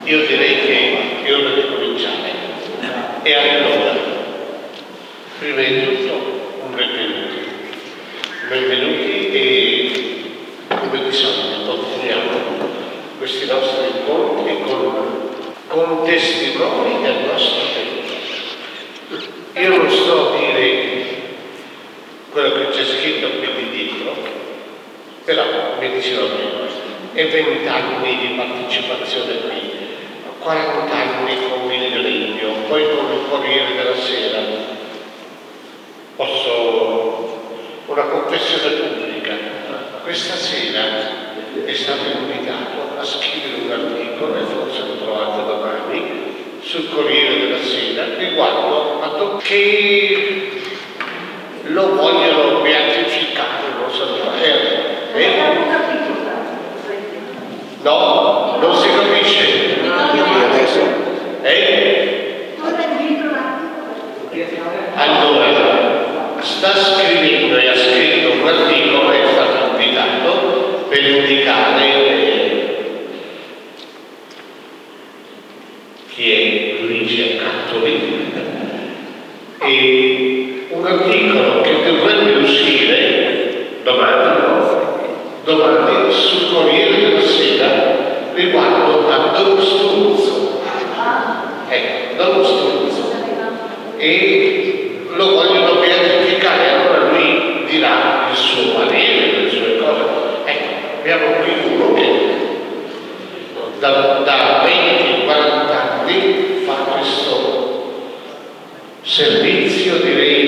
Io direi che è ora di cominciare. E allora, prima di tutto, un benvenuti. Benvenuti e, come di solito, continuiamo questi nostri incontri con testimoni del nostro tempo. Io non sto a dire quello che c'è scritto qui dietro, però mi diceva prima, e 20 anni di partecipazione qui, 40 anni con Milioregno, poi con il Corriere della Sera. Posso una confessione pubblica. Questa sera è stato invitato a scrivere un articolo, e forse lo trovate domani, sul Corriere della Sera, riguardo a che lo vogliono beatificare, non so no, non si capisce. Allora, sta scrivendo e ha scritto un articolo e è stato invitato per indicare chi è Luigi Accattoli, e un articolo che dovrebbe uscire domani sul Corriere della Sera riguardo a Don Sturzo. Don Sturzo. E lo vogliono beatificare, allora lui dirà il suo parere, le sue cose. Abbiamo qui uno che da 20-40 anni fa questo servizio, direi,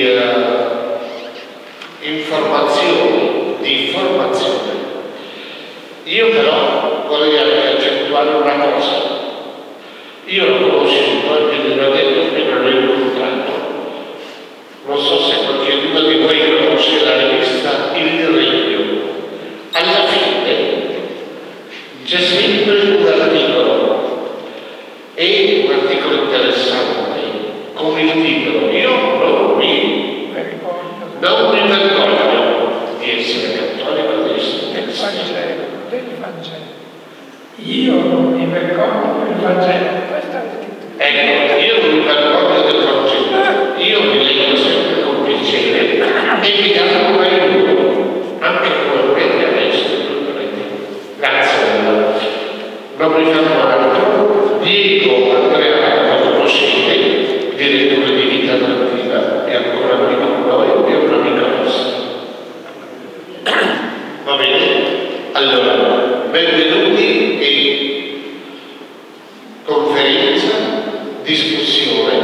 di informazione. Io però vorrei anche accentuare una cosa. Io l'ho conosciuto, e ve l'ho detto che non l'ho incontrato. Non so se qualcuno di voi conosce la rivista Il Regno. Alla fine c'è sempre un articolo, e un articolo interessante, con il titolo "Io non mi vergogno di essere cattolico del Vangelo. Io non mi vergogno del Vangelo. Io non mi vergogno del Vangelo. Io mi leggo sempre con piacere e mi danno un aiuto, anche come adesso. Grazie. Non mi fanno altro. Diego Andrea, lo conoscete, direttore di Vita Attiva, è ancora amico con noi, è un amico nostro. Va bene? Allora, benvenuti e conferenza, discussione,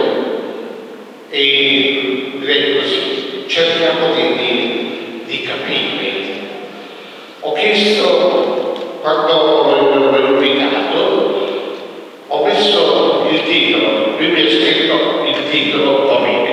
e direi così, cerchiamo di capire. Ho chiesto, quando l'ho invitato, ho messo il titolo, lui mi ha scritto il titolo Domine.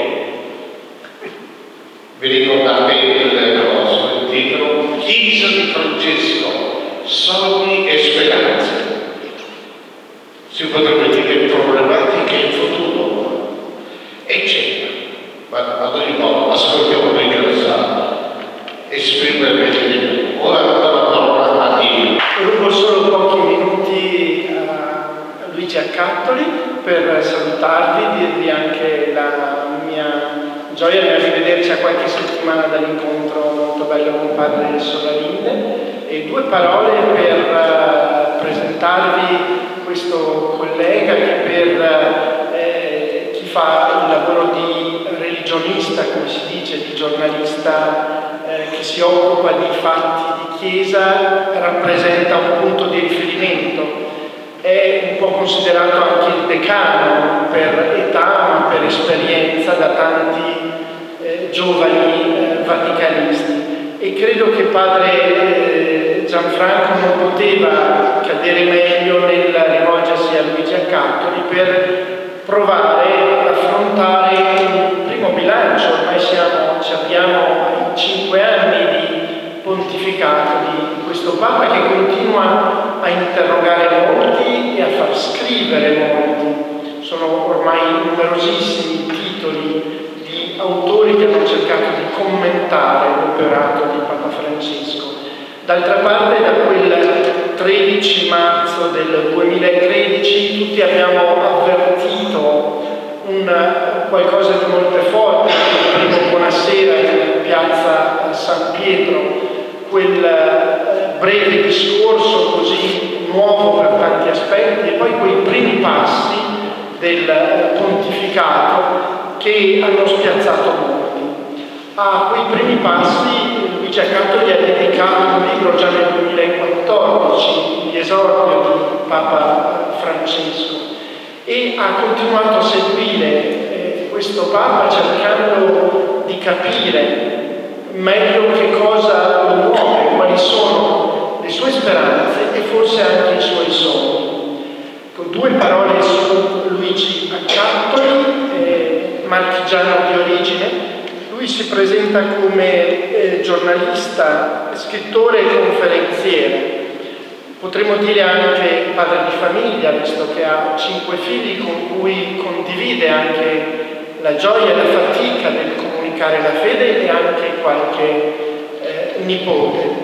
Vi ricordate il titolo? Chiesa di Francesco, sogni e speranze. Si potrebbe dire problematiche in futuro, eccetera. Ma ad ogni modo ascoltiamo noi che sa esprimere meglio. Ora la parola a Dio. Rubo solo pochi minuti a Luigi Accattoli per salutarvi, dirvi anche la mia gioia di rivederci a qualche settimana dall'incontro molto bello con padre Solalinde, e due parole per presentarvi questo collega che per chi fa il lavoro di religionista, come si dice, di giornalista che si occupa di fatti di chiesa, rappresenta un punto di riferimento. È un po' considerato anche il decano per età, ma per esperienza da tanti giovani vaticanisti, e credo che padre Gianfranco non poteva cadere meglio nel rivolgersi a Luigi Accattoli per provare ad affrontare un primo bilancio. Ormai ci abbiamo 5 anni di pontificato di questo Papa, che continua a interrogare molti e a far scrivere molti. Sono ormai numerosissimi i titoli di autori che hanno cercato di commentare l'operato di Papa Francesco. D'altra parte, da quel 13 marzo del 2013 tutti abbiamo avvertito qualcosa di molto forte, il primo buonasera in piazza San Pietro, quel breve discorso così nuovo per tanti aspetti, e poi quei primi passi del pontificato che hanno spiazzato molti. A quei primi passi Luigi Accattoli ha dedicato un libro già nel 2014, Gli esordio di Papa Francesco, e ha continuato a seguire questo Papa cercando di capire meglio che cosa lo muove, quali sono le sue speranze e forse anche i suoi sogni. Con due parole su Luigi Accattoli, marchigiano di origine. Lui si presenta come giornalista, scrittore e conferenziere. Potremmo dire anche padre di famiglia, visto che ha 5 figli con cui condivide anche la gioia e la fatica del comunicare la fede, e anche qualche nipote.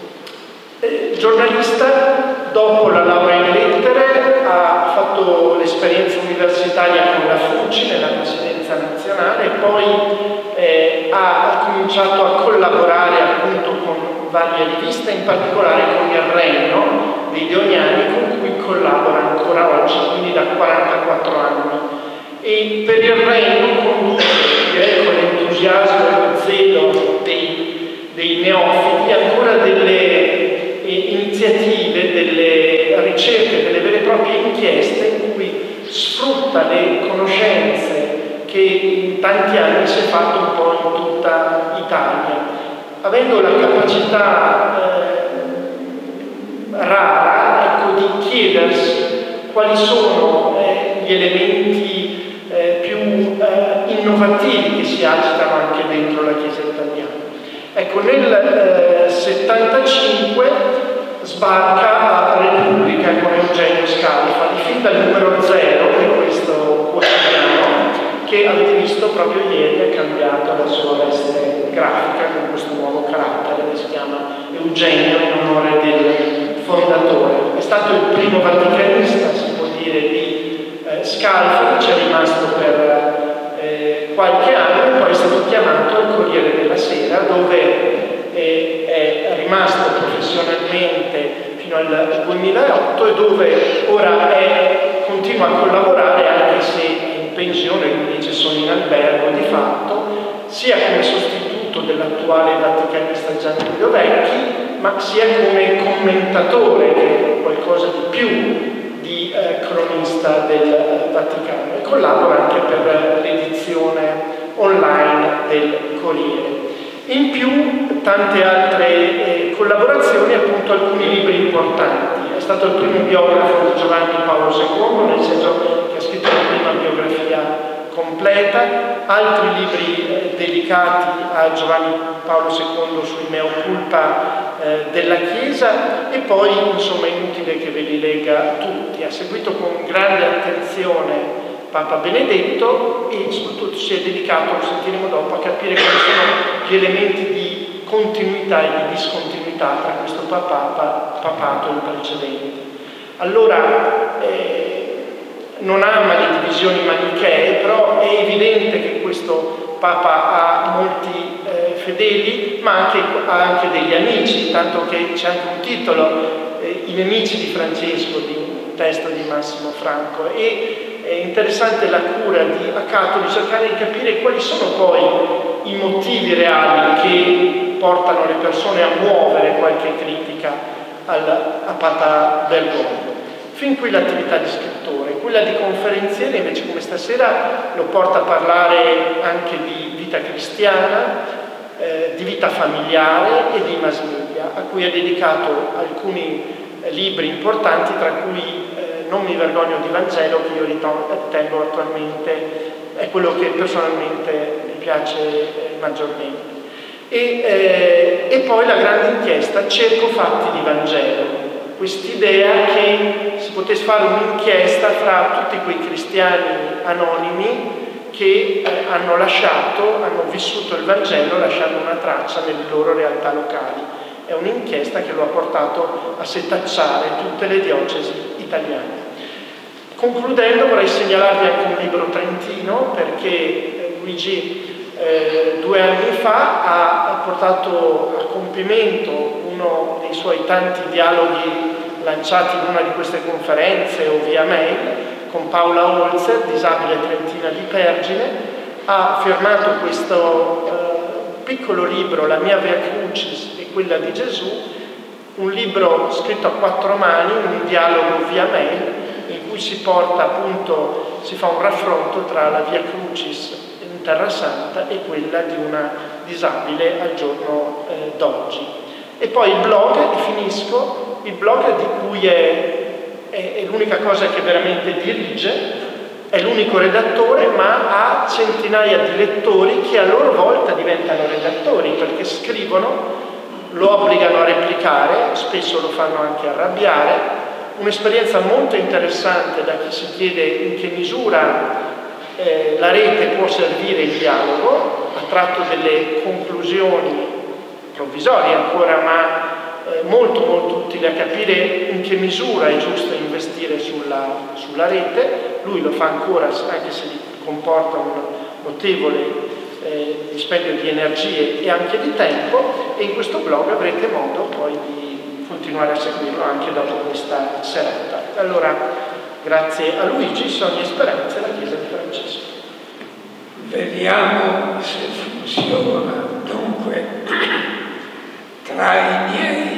Giornalista, dopo la laurea in lettere, ha fatto l'esperienza universitaria con la FUCI nella presidenza nazionale, e poi ha cominciato a collaborare appunto con varie riviste, in particolare con il Regno dei Leoniani, con cui collabora ancora oggi, quindi da 44 anni. E per il Regno conduce, direi con l'entusiasmo e lo zelo dei neofiti, ancora delle iniziative, delle ricerche, delle vere e proprie inchieste in cui sfrutta le conoscenze che in tanti anni si è fatto un po' in tutta Italia, avendo la capacità rara, ecco, di chiedersi quali sono gli elementi più innovativi che si agitano anche dentro la Chiesa italiana. Ecco, nel 75 sbarca a Repubblica con Eugenio Scalfa, fin dal numero 0 di questo quotidiano, che avete visto proprio ieri ha cambiato la sua veste grafica con questo nuovo carattere che si chiama Eugenio in onore del fondatore. È stato il primo vaticanista, si può dire, di Scalfa, ci è rimasto per qualche anno, e poi è stato chiamato al Corriere della Sera, dove è rimasto professionalmente fino al 2008 e dove ora continua a collaborare, anche se è in pensione, come dice sono in albergo di fatto, sia come sostituto dell'attuale vaticanista Gianluca Vecchi, ma sia come commentatore, che è qualcosa di più di cronista del Vaticano, e collabora anche per l'edizione online del Corriere. In più tante altre collaborazioni, appunto alcuni libri importanti. È stato il primo biografo di Giovanni Paolo II, nel senso che ha scritto la prima biografia completa, altri libri dedicati a Giovanni Paolo II sui mea culpa della Chiesa, e poi insomma è inutile che ve li legga tutti. Ha seguito con grande attenzione Papa Benedetto e soprattutto si è dedicato, lo sentiremo dopo, a capire quali sono gli elementi di continuità e di discontinuità tra questo papato e il precedente. Allora, non ama le divisioni manichee, però è evidente che questo Papa ha molti fedeli, ma ha anche degli amici, tanto che c'è anche un titolo, I nemici di Francesco, di un testo di Massimo Franco. E è interessante la cura di Accattoli di cercare di capire quali sono poi i motivi reali che portano le persone a muovere qualche critica a Papa Bergoglio. Fin qui l'attività di scrittore. Quella di conferenziere invece, come stasera, lo porta a parlare anche di vita cristiana, di vita familiare e di mass media, a cui ha dedicato alcuni libri importanti, tra cui Non mi vergogno di Vangelo, che io ritengo attualmente è quello che personalmente mi piace maggiormente. E poi la grande inchiesta Cerco fatti di Vangelo, quest'idea che si potesse fare un'inchiesta fra tutti quei cristiani anonimi che hanno vissuto il Vangelo lasciando una traccia nelle loro realtà locali. è un'inchiesta che lo ha portato a setacciare tutte le diocesi italiane. Concludendo vorrei segnalarvi anche un libro trentino, perché Luigi 2 anni fa ha portato a compimento uno dei suoi tanti dialoghi lanciati in una di queste conferenze o via mail con Paola Holzer, disabile trentina di Pergine. Ha firmato questo piccolo libro, La mia Via Crucis e quella di Gesù, un libro scritto a 4 mani, un dialogo via mail, in cui si porta appunto, si fa un raffronto tra la Via Crucis in Terra Santa e quella di una disabile al giorno d'oggi. E poi il blog, e finisco, il blog di cui è l'unica cosa che veramente dirige, è l'unico redattore, ma ha centinaia di lettori che a loro volta diventano redattori, perché scrivono, lo obbligano a replicare, spesso lo fanno anche arrabbiare. Un'esperienza molto interessante da chi si chiede in che misura la rete può servire il dialogo. Ha tratto delle conclusioni provvisorie ancora, ma molto molto utili a capire in che misura è giusto investire sulla rete. Lui lo fa ancora, anche se comporta un notevole dispendio di energie e anche di tempo, e in questo blog avrete modo poi di continuare a seguirlo anche dopo questa serata. Allora, grazie a Luigi, Sogni e Speranze, la Chiesa di Francesco. Vediamo se funziona. Dunque, tra i miei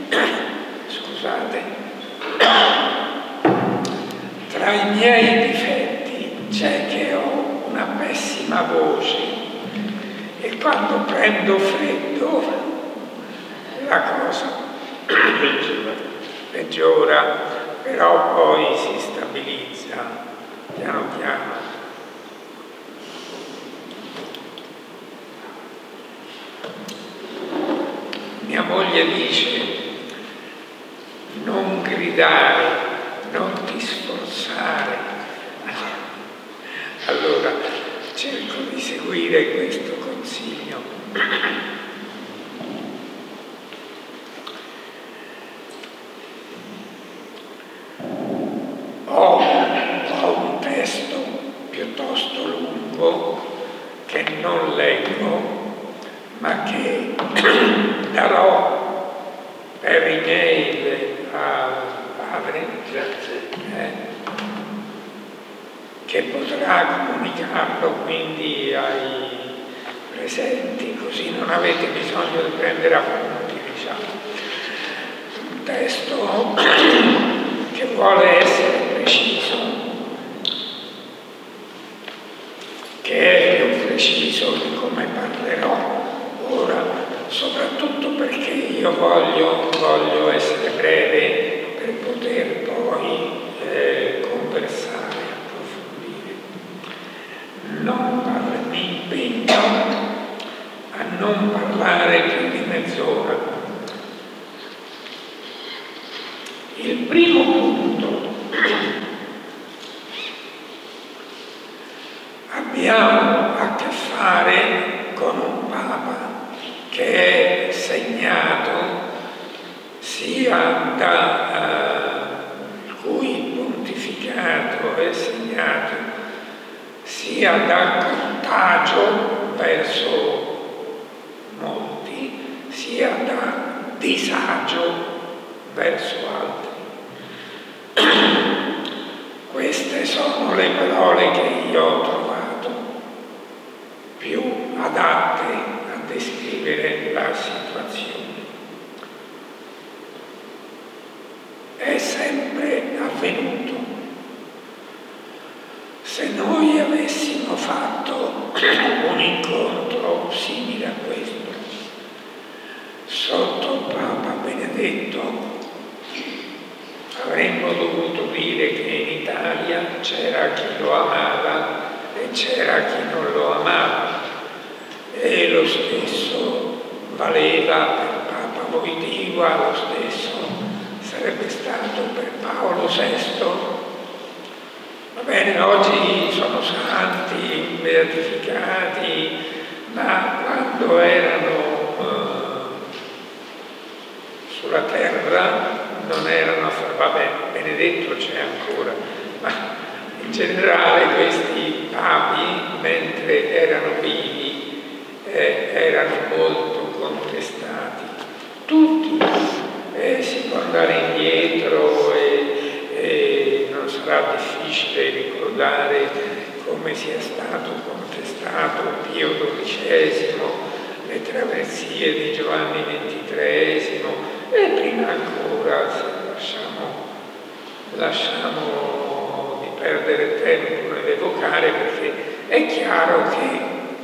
tra i miei difetti c'è che ho una pessima voce e quando prendo freddo la cosa peggiora, però poi si stabilizza piano piano. Mia moglie dice: non gridare, non ti sforzare. Allora cerco di seguire questo consiglio. Ho un testo piuttosto lungo che non leggo, ma che darò per email al padre, che potrà comunicarlo quindi ai presenti, così non avete bisogno di prendere appunti, diciamo. Un testo che vuole essere preciso, che è più preciso di come parlerò ora, soprattutto perché io voglio essere breve per poter poi conversare, approfondire. Mi impegno a non parlare più di mezz'ora. Il primo punto: abbiamo a che fare con un Papa che è segnato sia il cui pontificato è segnato sia da contagio verso molti, sia da disagio verso altri. Queste sono le parole che io ho trovato più adatte a descrivere la situazione. È sempre avvenuto. Se noi avessimo fatto un incontro simile a questo sotto Papa Benedetto, avremmo dovuto dire che in Italia c'era chi lo amava e c'era chi non lo amava, e lo stesso valeva per Papa Wojtyła, lo stesso sarebbe stato per Paolo VI. Va bene, oggi sono santi, beatificati, ma quando erano sulla terra non erano, vabbè, Benedetto c'è ancora, ma in generale questi papi, mentre erano vivi, erano molto contestati. Tutti, si può andare indietro e non sarà difficile ricordare come sia stato contestato Pio XII, le traversie di Giovanni XXIII e prima ancora, se lasciamo di perdere tempo nell'evocare, perché è chiaro che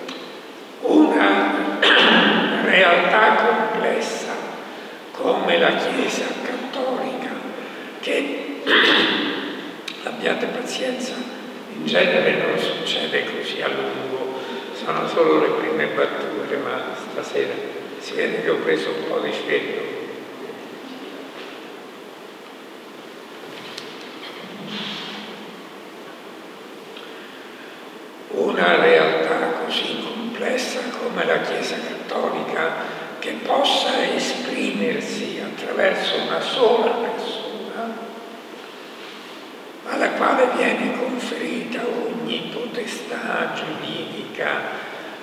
una realtà complessa come la Chiesa cattolica, che abbiate pazienza, in genere non succede così a lungo, sono solo le prime battute, ma stasera si vede che ho preso un po' di freddo. Una realtà così complessa come la Chiesa cattolica, che possa esprimersi attraverso una sola persona, alla quale viene conferita ogni potestà giuridica,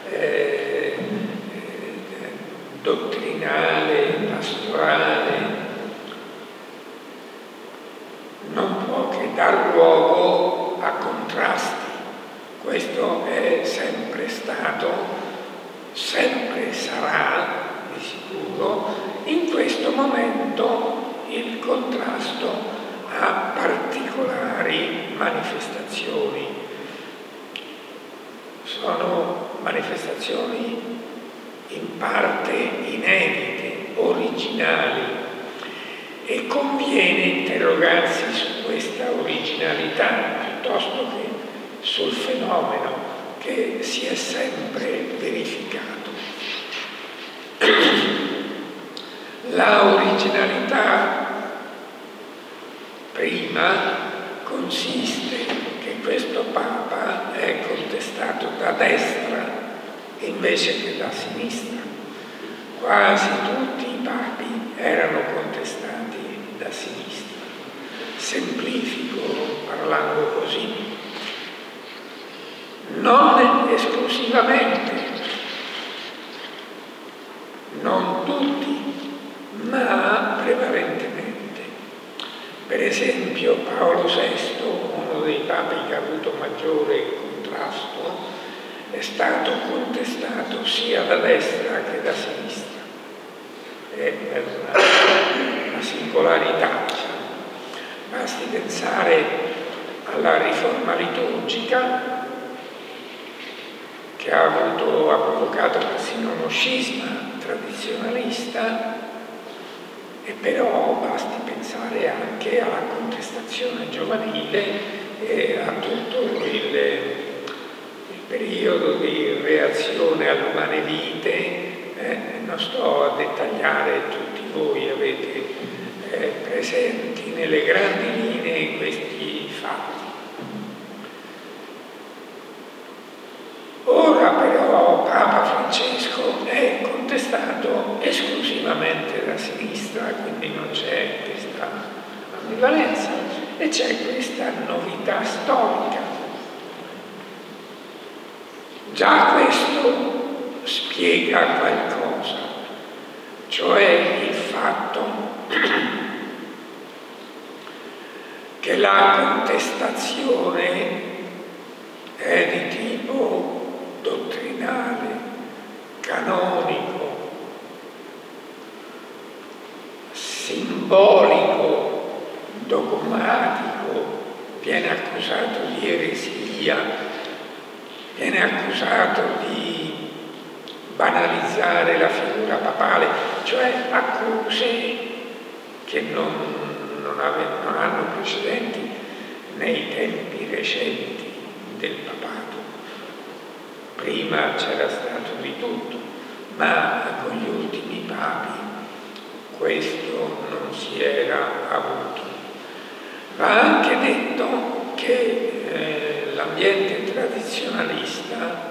dottrinale, pastorale, non può che dar luogo a contrasti. Questo è sempre stato, sempre sarà di sicuro. In questo momento il contrasto ha particolari manifestazioni. Sono manifestazioni in parte inedite, originali, e conviene interrogarsi su questa originalità piuttosto che sul fenomeno che si è sempre verificato. La originalità prima consiste che questo Papa è contestato da destra invece che da sinistra. Quasi tutti i papi erano contestati da sinistra. Semplifico parlando così. Non esclusivamente, non tutti, ma prevalentemente. Per esempio Paolo VI, uno dei papi che ha avuto maggiore contrasto, è stato contestato sia da destra che da sinistra. È una singolarità, diciamo. Basti pensare alla riforma liturgica, che ha provocato persino uno scisma tradizionalista, e però basti pensare anche alla contestazione giovanile e a tutto il periodo di reazione all'umane vite. Non sto a dettagliare, tutti voi avete presenti nelle grandi linee questi fatti. Ora però Papa Francesco è contestato esclusivamente da sinistra, quindi non c'è questa ambivalenza e c'è questa novità storica. Già questo spiega qualcosa, cioè il fatto che la contestazione è di tipo dottrinale, canonico, simbolico, dogmatico, viene accusato di eresia, viene accusato di banalizzare la figura papale, cioè accuse che non hanno precedenti nei tempi recenti del papato. Prima c'era stato di tutto, ma con gli ultimi papi questo non si era avuto. Va anche detto che l'ambiente tradizionalista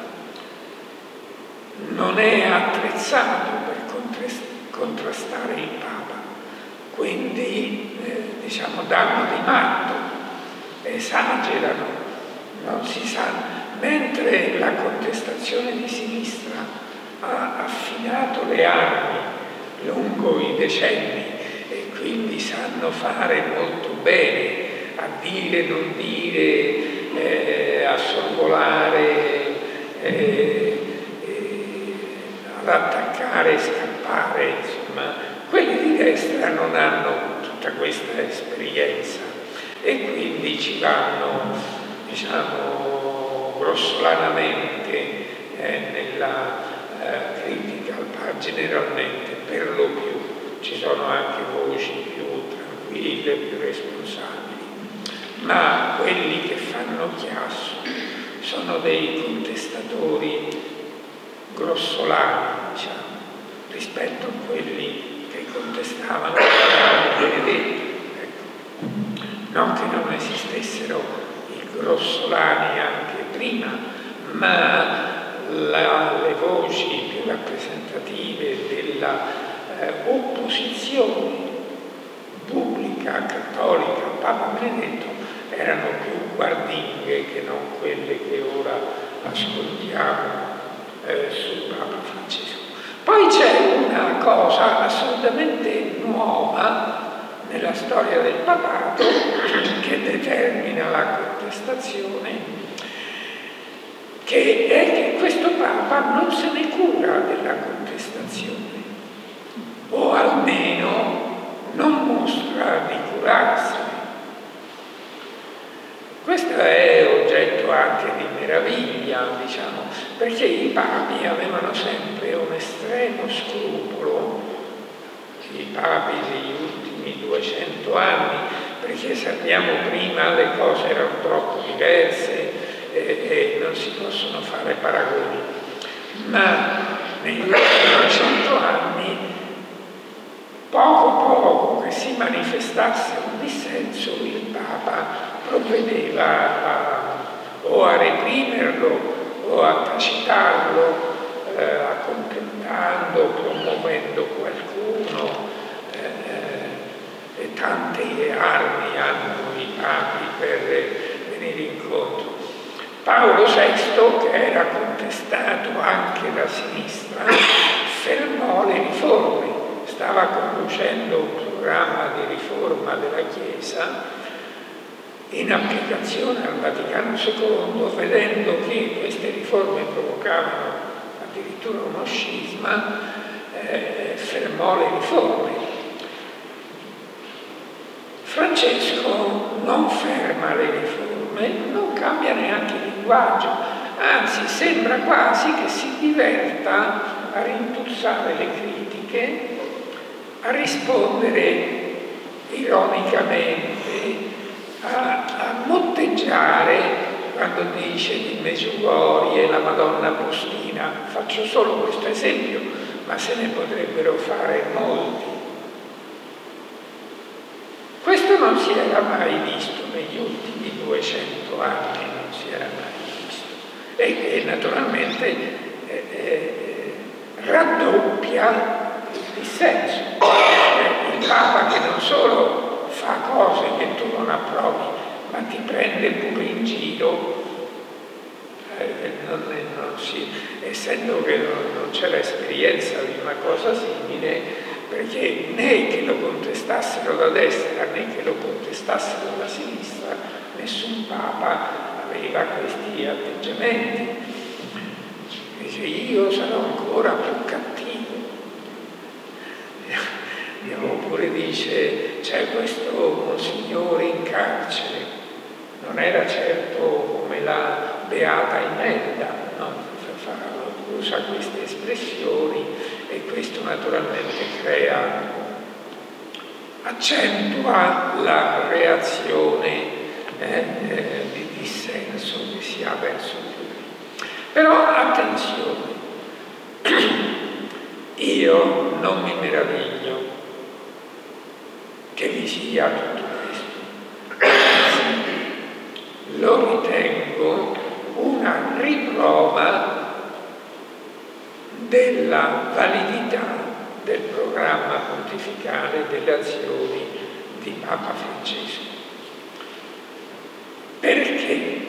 non è attrezzato per contrastare il Papa, quindi danno di matto, esagerano, non si sa, mentre la contestazione di sinistra ha affinato le armi lungo i decenni e quindi sanno fare molto bene a dire, non dire, a sorvolare, ad attaccare e scappare, insomma, quelli di destra non hanno tutta questa esperienza e quindi ci vanno, grossolanamente nella critica, generalmente, per lo più. Ci sono anche voci più tranquille, più responsabili, ma quelli che fanno chiasso sono dei contestatori grossolani, rispetto a quelli che contestavano Benedetto. Non che non esistessero i grossolani anche prima, ma le voci più rappresentative della opposizione pubblica cattolica al Papa Benedetto erano più guardinghe che non quelle che ora ascoltiamo sul Papa Francesco. Poi c'è una cosa assolutamente nuova nella storia del papato che determina la contestazione, che è che questo Papa non se ne cura della contestazione, o almeno non mostra di curarsene. Questo è oggetto anche di meraviglia, perché i papi avevano sempre un estremo scrupolo, i papi degli ultimi 200 anni, perché sappiamo prima le cose erano troppo diverse e non si possono fare paragoni, ma negli ultimi 200 anni poco che si manifestasse un dissenso, il Papa provvedeva o a reprimerlo o a tacitarlo, accontentando, promuovendo qualcuno, e tante armi hanno i papi per venire incontro. Paolo VI, che era contestato anche da sinistra, fermò le riforme, stava conducendo un programma di riforma della Chiesa in applicazione al Vaticano II, vedendo che queste riforme provocavano addirittura uno scisma, fermò le riforme. Francesco non ferma le riforme, non cambia neanche il linguaggio, anzi sembra quasi che si diverta a rintuzzare le critiche, a rispondere ironicamente, a motteggiare quando dice di Medjugorje la Madonna Postina. Faccio solo questo esempio, ma se ne potrebbero fare molti. Questo non si era mai visto negli ultimi 200 anni, non si era mai visto. E naturalmente raddoppia il dissenso. Il Papa che non solo fa cose che tu non approvi, ma ti prende pure in giro, essendo che non c'era esperienza di una cosa simile, perché né che lo contestassero da destra né che lo contestassero da sinistra, nessun Papa aveva questi atteggiamenti. Dice: io sarò ancora più cattivo. Oppure dice: c'è questo monsignore in carcere, non era certo come la beata Imelda, no? Usa queste espressioni e questo naturalmente accentua la reazione di dissenso che si ha verso lui. Però attenzione, io non mi meraviglio che vi sia tutto questo, lo ritengo una riprova della validità del programma pontificale delle azioni di Papa Francesco. Perché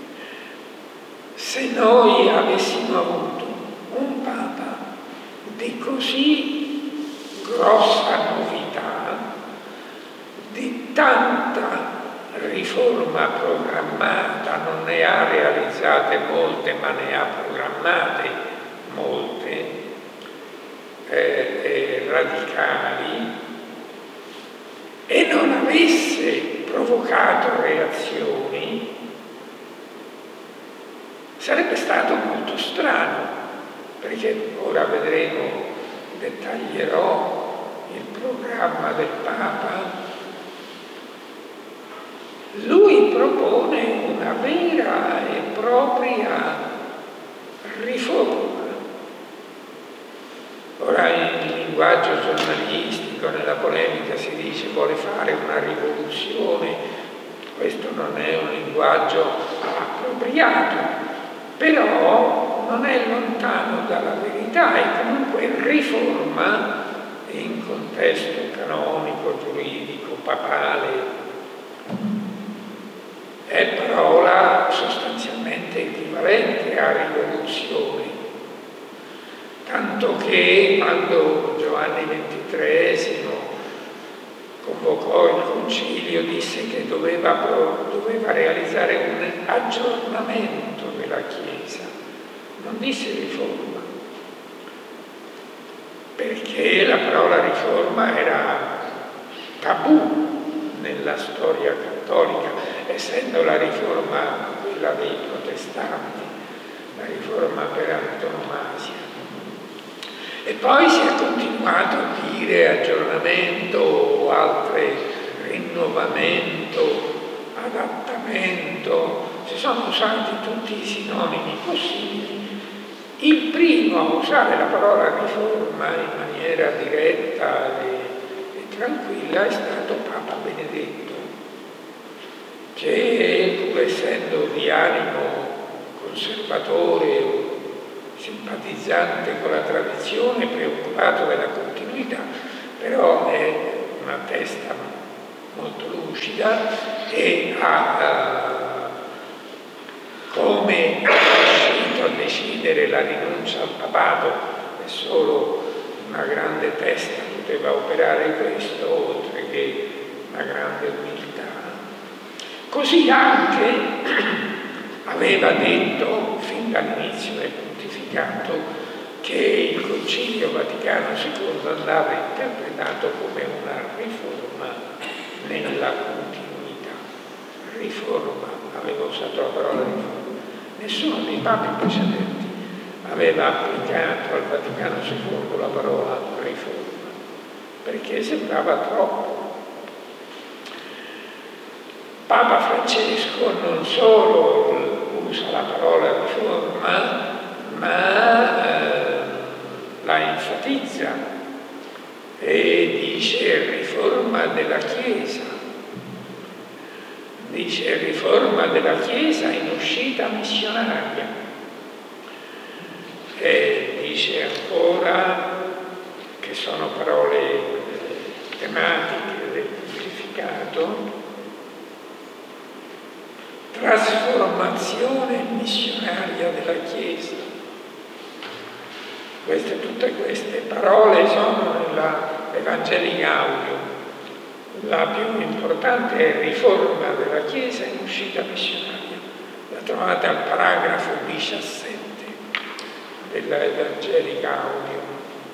se noi avessimo avuto un Papa di così grossa novità, di tanta riforma programmata, non ne ha realizzate molte, ma ne ha programmate molte, radicali, e non avesse provocato reazioni, sarebbe stato molto strano, perché ora vedremo, dettaglierò il programma del Papa. Lui propone una vera e propria riforma. Ora in linguaggio giornalistico, nella polemica si dice vuole fare una rivoluzione, questo non è un linguaggio appropriato, però non è lontano dalla verità, è comunque riforma in contesto canonico, giuridico, papale. È parola sostanzialmente equivalente a rivoluzione, tanto che quando Giovanni XXIII convocò il concilio disse che doveva realizzare un aggiornamento della Chiesa, non disse riforma, perché la parola riforma era tabù nella storia cattolica, essendo la riforma quella dei protestanti, la riforma per antonomasia. E poi si è continuato a dire aggiornamento, altre rinnovamento, adattamento, si sono usati tutti i sinonimi possibili. Il primo a usare la parola riforma in maniera diretta e tranquilla è stato Papa Benedetto, che pur essendo di animo conservatore, simpatizzante con la tradizione, preoccupato della continuità, però è una testa molto lucida e ha come è riuscito a decidere la rinuncia al papato, e solo una grande testa poteva operare questo, oltre che una grande umiltà. Così anche aveva detto fin dall'inizio del pontificato che il Concilio Vaticano II andava interpretato come una riforma nella continuità. Riforma, aveva usato la parola riforma. Nessuno dei papi precedenti aveva applicato al Vaticano II la parola riforma, perché sembrava troppo. Papa Francesco non solo usa la parola riforma, ma la enfatizza e dice riforma della Chiesa, dice riforma della Chiesa in uscita missionaria, e dice ancora, che sono parole tematiche del pontificato, trasformazione missionaria della Chiesa. Tutte queste parole sono nella Evangelii Gaudium. La più importante è riforma della Chiesa in uscita missionaria. La trovate al paragrafo 17 della Evangelii Gaudium.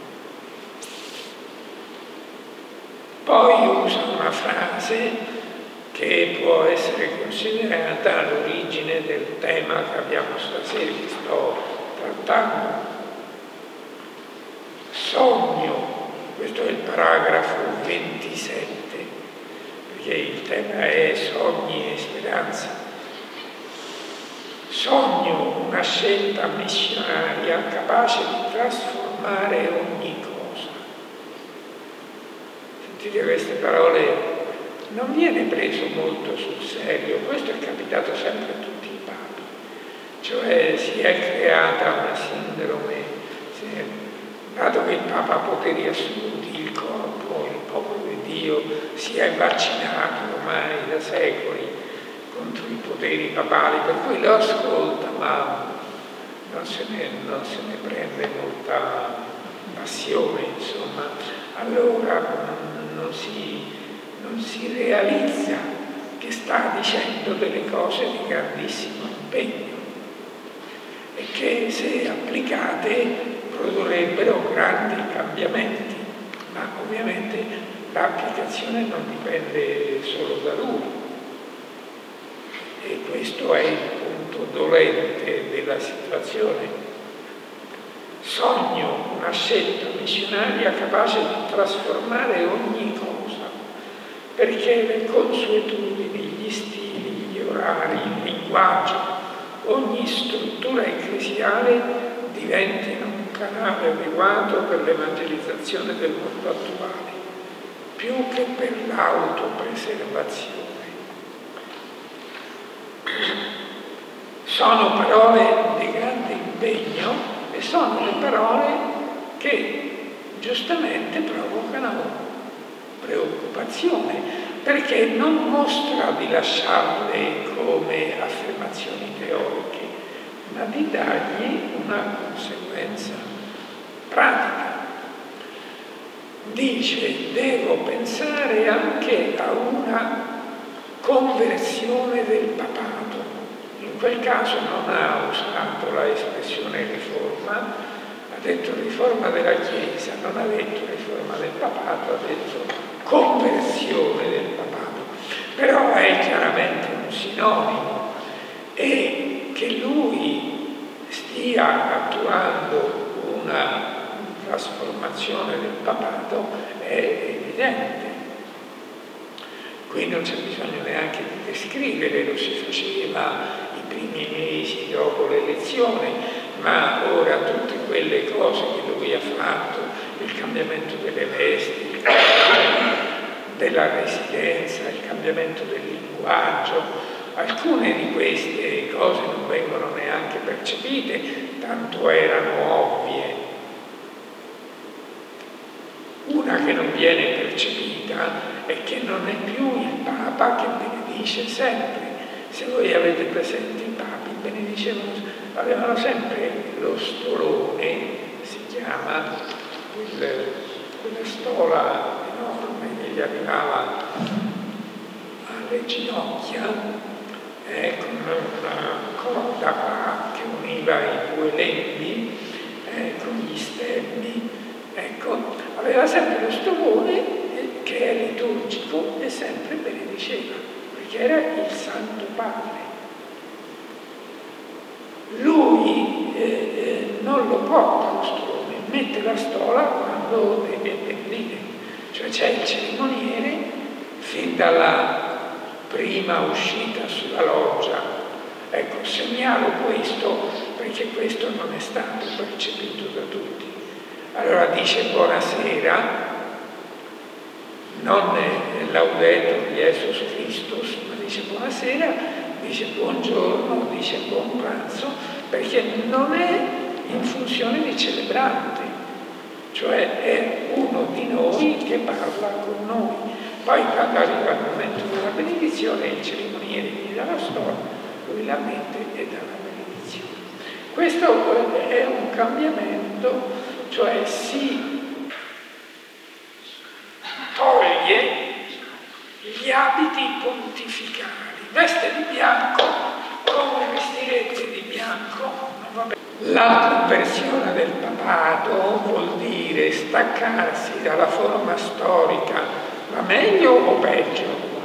Poi usa una frase che può essere considerata l'origine del tema che abbiamo stasera, che sto trattando. Sogno, questo è il paragrafo 27, perché il tema è sogni e speranza. Sogno una scelta missionaria capace di trasformare ogni cosa. Sentite queste parole. Non viene preso molto sul serio, questo è capitato sempre a tutti i papi, cioè si è creata una sindrome dato che il Papa ha poteri assoluti, il corpo, il popolo di Dio si è vaccinato ormai da secoli contro i poteri papali, per cui lo ascolta, ma non se ne prende molta passione, insomma. Allora non si realizza che sta dicendo delle cose di grandissimo impegno e che, se applicate, produrrebbero grandi cambiamenti, ma ovviamente l'applicazione non dipende solo da lui. E questo è il punto dolente della situazione. Sogno una scelta missionaria capace di trasformare ogni cosa, perché le consuetudini, gli stili, gli orari, il linguaggio, ogni struttura ecclesiale diventino un canale adeguato per l'evangelizzazione del mondo attuale, più che per l'autopreservazione. Sono parole di grande impegno e sono le parole che giustamente provocano preoccupazione, perché non mostra di lasciarle come affermazioni teoriche, ma di dargli una conseguenza pratica. Dice: devo pensare anche a una conversione del papato. In quel caso non ha usato la espressione riforma, ha detto riforma della Chiesa, non ha detto riforma del papato, ha detto conversione del papato. Però è chiaramente un sinonimo, e che lui stia attuando una trasformazione del papato è evidente. Qui non c'è bisogno neanche di descrivere, lo si faceva i primi mesi dopo l'elezione, ma ora tutte quelle cose che lui ha fatto, il cambiamento delle vesti, il cambiamento della residenza, il cambiamento del linguaggio, alcune di queste cose non vengono neanche percepite, tanto erano ovvie. Una che non viene percepita è che non è più il Papa che benedice sempre. Se voi avete presente, i papi benedicevano, avevano sempre lo stolone, si chiama, quella stola enorme che gli arrivava alle ginocchia, con una corda qua che univa i due lembi, con gli stemmi. Ecco, aveva sempre lo stolone che è liturgico e sempre benediceva, perché era il Santo Padre. Lui non lo porta lo stolone, mette la stola quando deve benedire, cioè c'è il cerimoniere fin dalla prima uscita sulla loggia. Ecco, segnalo questo perché questo non è stato percepito da tutti. Allora dice buonasera, non laudetur Jesus Christus, ma dice buonasera, dice buongiorno, dice buon pranzo, perché non è in funzione di celebrante, cioè è uno di noi che parla con noi. Poi quando arriva il momento della benedizione, il cerimoniere gli dà la storia, lui la mette e dà la benedizione. Questo è un cambiamento, cioè si toglie gli abiti pontificali, veste di bianco, come vestirete di bianco, non va bene. La conversione del papato vuol dire staccarsi dalla forma storica, va meglio o peggio?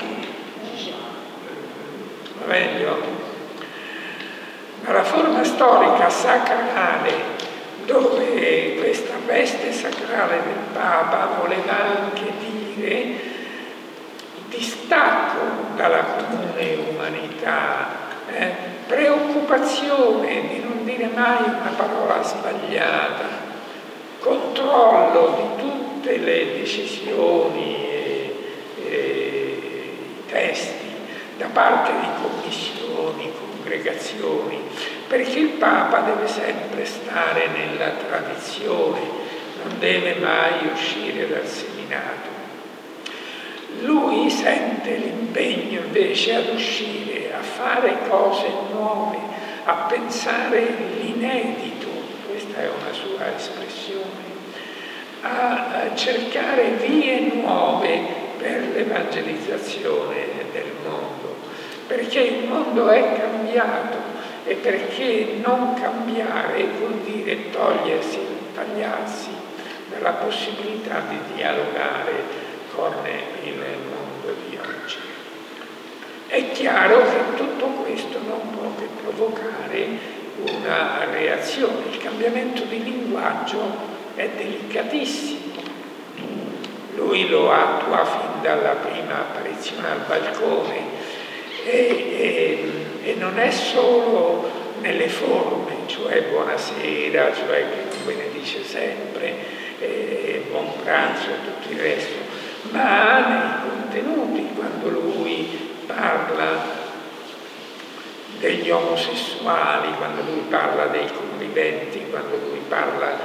Va meglio? Dalla forma storica sacrale, dove questa veste sacrale del Papa voleva anche dire distacco dalla comune umanità, preoccupazione di non dire mai una parola sbagliata, controllo di tutte le decisioni e i testi da parte di commissioni, congregazioni, perché il Papa deve sempre stare nella tradizione, non deve mai uscire dal seminato. Lui sente l'impegno invece ad uscire, a fare cose nuove, a pensare l'inedito, questa è una sua espressione, a cercare vie nuove per l'evangelizzazione del mondo, perché il mondo è cambiato e perché non cambiare vuol dire tagliarsi dalla possibilità di dialogare con il mondo di oggi. È chiaro che tutto questo non può che provocare una reazione. Il cambiamento di linguaggio è delicatissimo. Lui lo attua fin dalla prima apparizione al balcone e non è solo nelle forme, cioè buonasera, cioè che benedice sempre, buon pranzo e tutto il resto, ma nei contenuti, quando lui parla degli omosessuali, quando lui parla dei conviventi, quando lui parla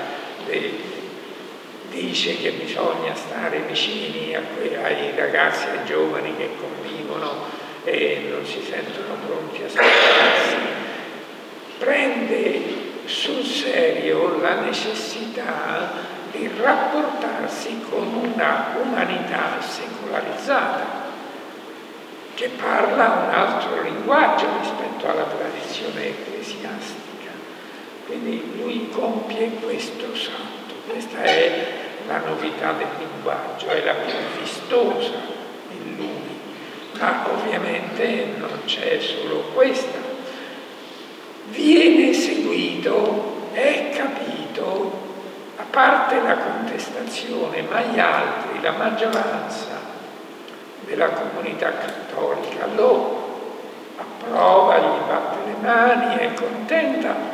dice che bisogna stare vicini ai ragazzi e ai giovani che convivono e non si sentono pronti a sposarsi, prende sul serio la necessità di rapportarsi con una umanità secolarizzata che parla un altro linguaggio rispetto alla tradizione ecclesiastica. Quindi lui compie questo salto. Questa è la novità del linguaggio, è la più vistosa in lui, ma ovviamente non c'è solo questa. Viene seguito, è capito, a parte la contestazione, ma gli altri, la maggioranza della comunità cattolica lo approva, gli batte le mani, è contenta,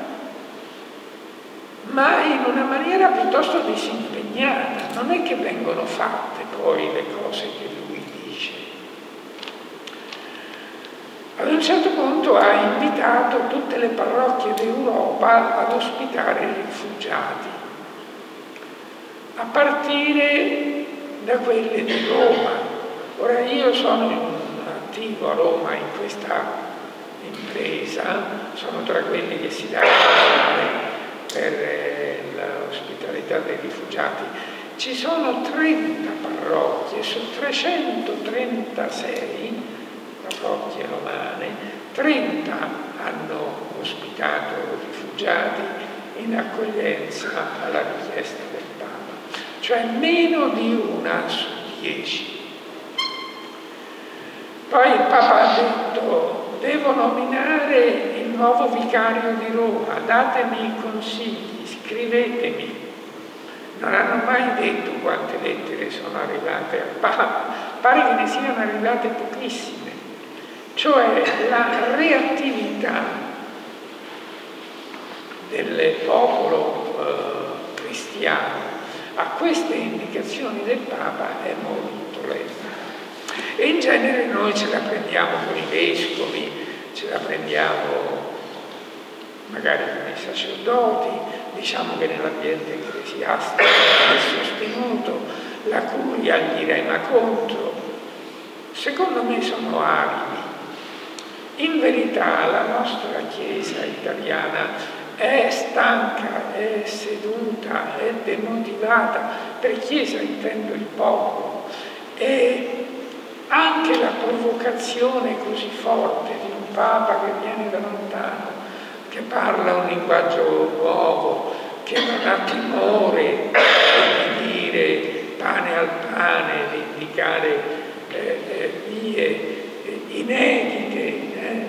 ma in una maniera piuttosto disimpegnata. Non è che vengono fatte poi le cose che lui dice. Ad un certo punto ha invitato tutte le parrocchie d'Europa ad ospitare i rifugiati, a partire da quelle di Roma. Ora io sono attivo a Roma in questa impresa, sono tra quelli che si danno per l'ospitalità dei rifugiati. Ci sono 30 parrocchie su 336 parrocchie romane, 30 hanno ospitato rifugiati in accoglienza alla richiesta del Papa, cioè meno di una su 10. Poi il Papa ha detto: devo nominare il nuovo vicario di Roma, datemi i consigli, scrivetemi. Non hanno mai detto quante lettere sono arrivate al Papa, pare che ne siano arrivate pochissime. Cioè la reattività del popolo cristiano a queste indicazioni del Papa è molto lenta. E in genere noi ce la prendiamo con i vescovi, ce la prendiamo magari con i sacerdoti, diciamo che nell'ambiente ecclesiastico è sostenuto, la curia gli rema contro. Secondo me sono aridi. In verità la nostra Chiesa italiana è stanca, è seduta, è demotivata. Per Chiesa intendo il popolo. E anche la provocazione così forte di un Papa che viene da lontano, che parla un linguaggio nuovo, che non ha timore di dire pane al pane, di indicare vie inedite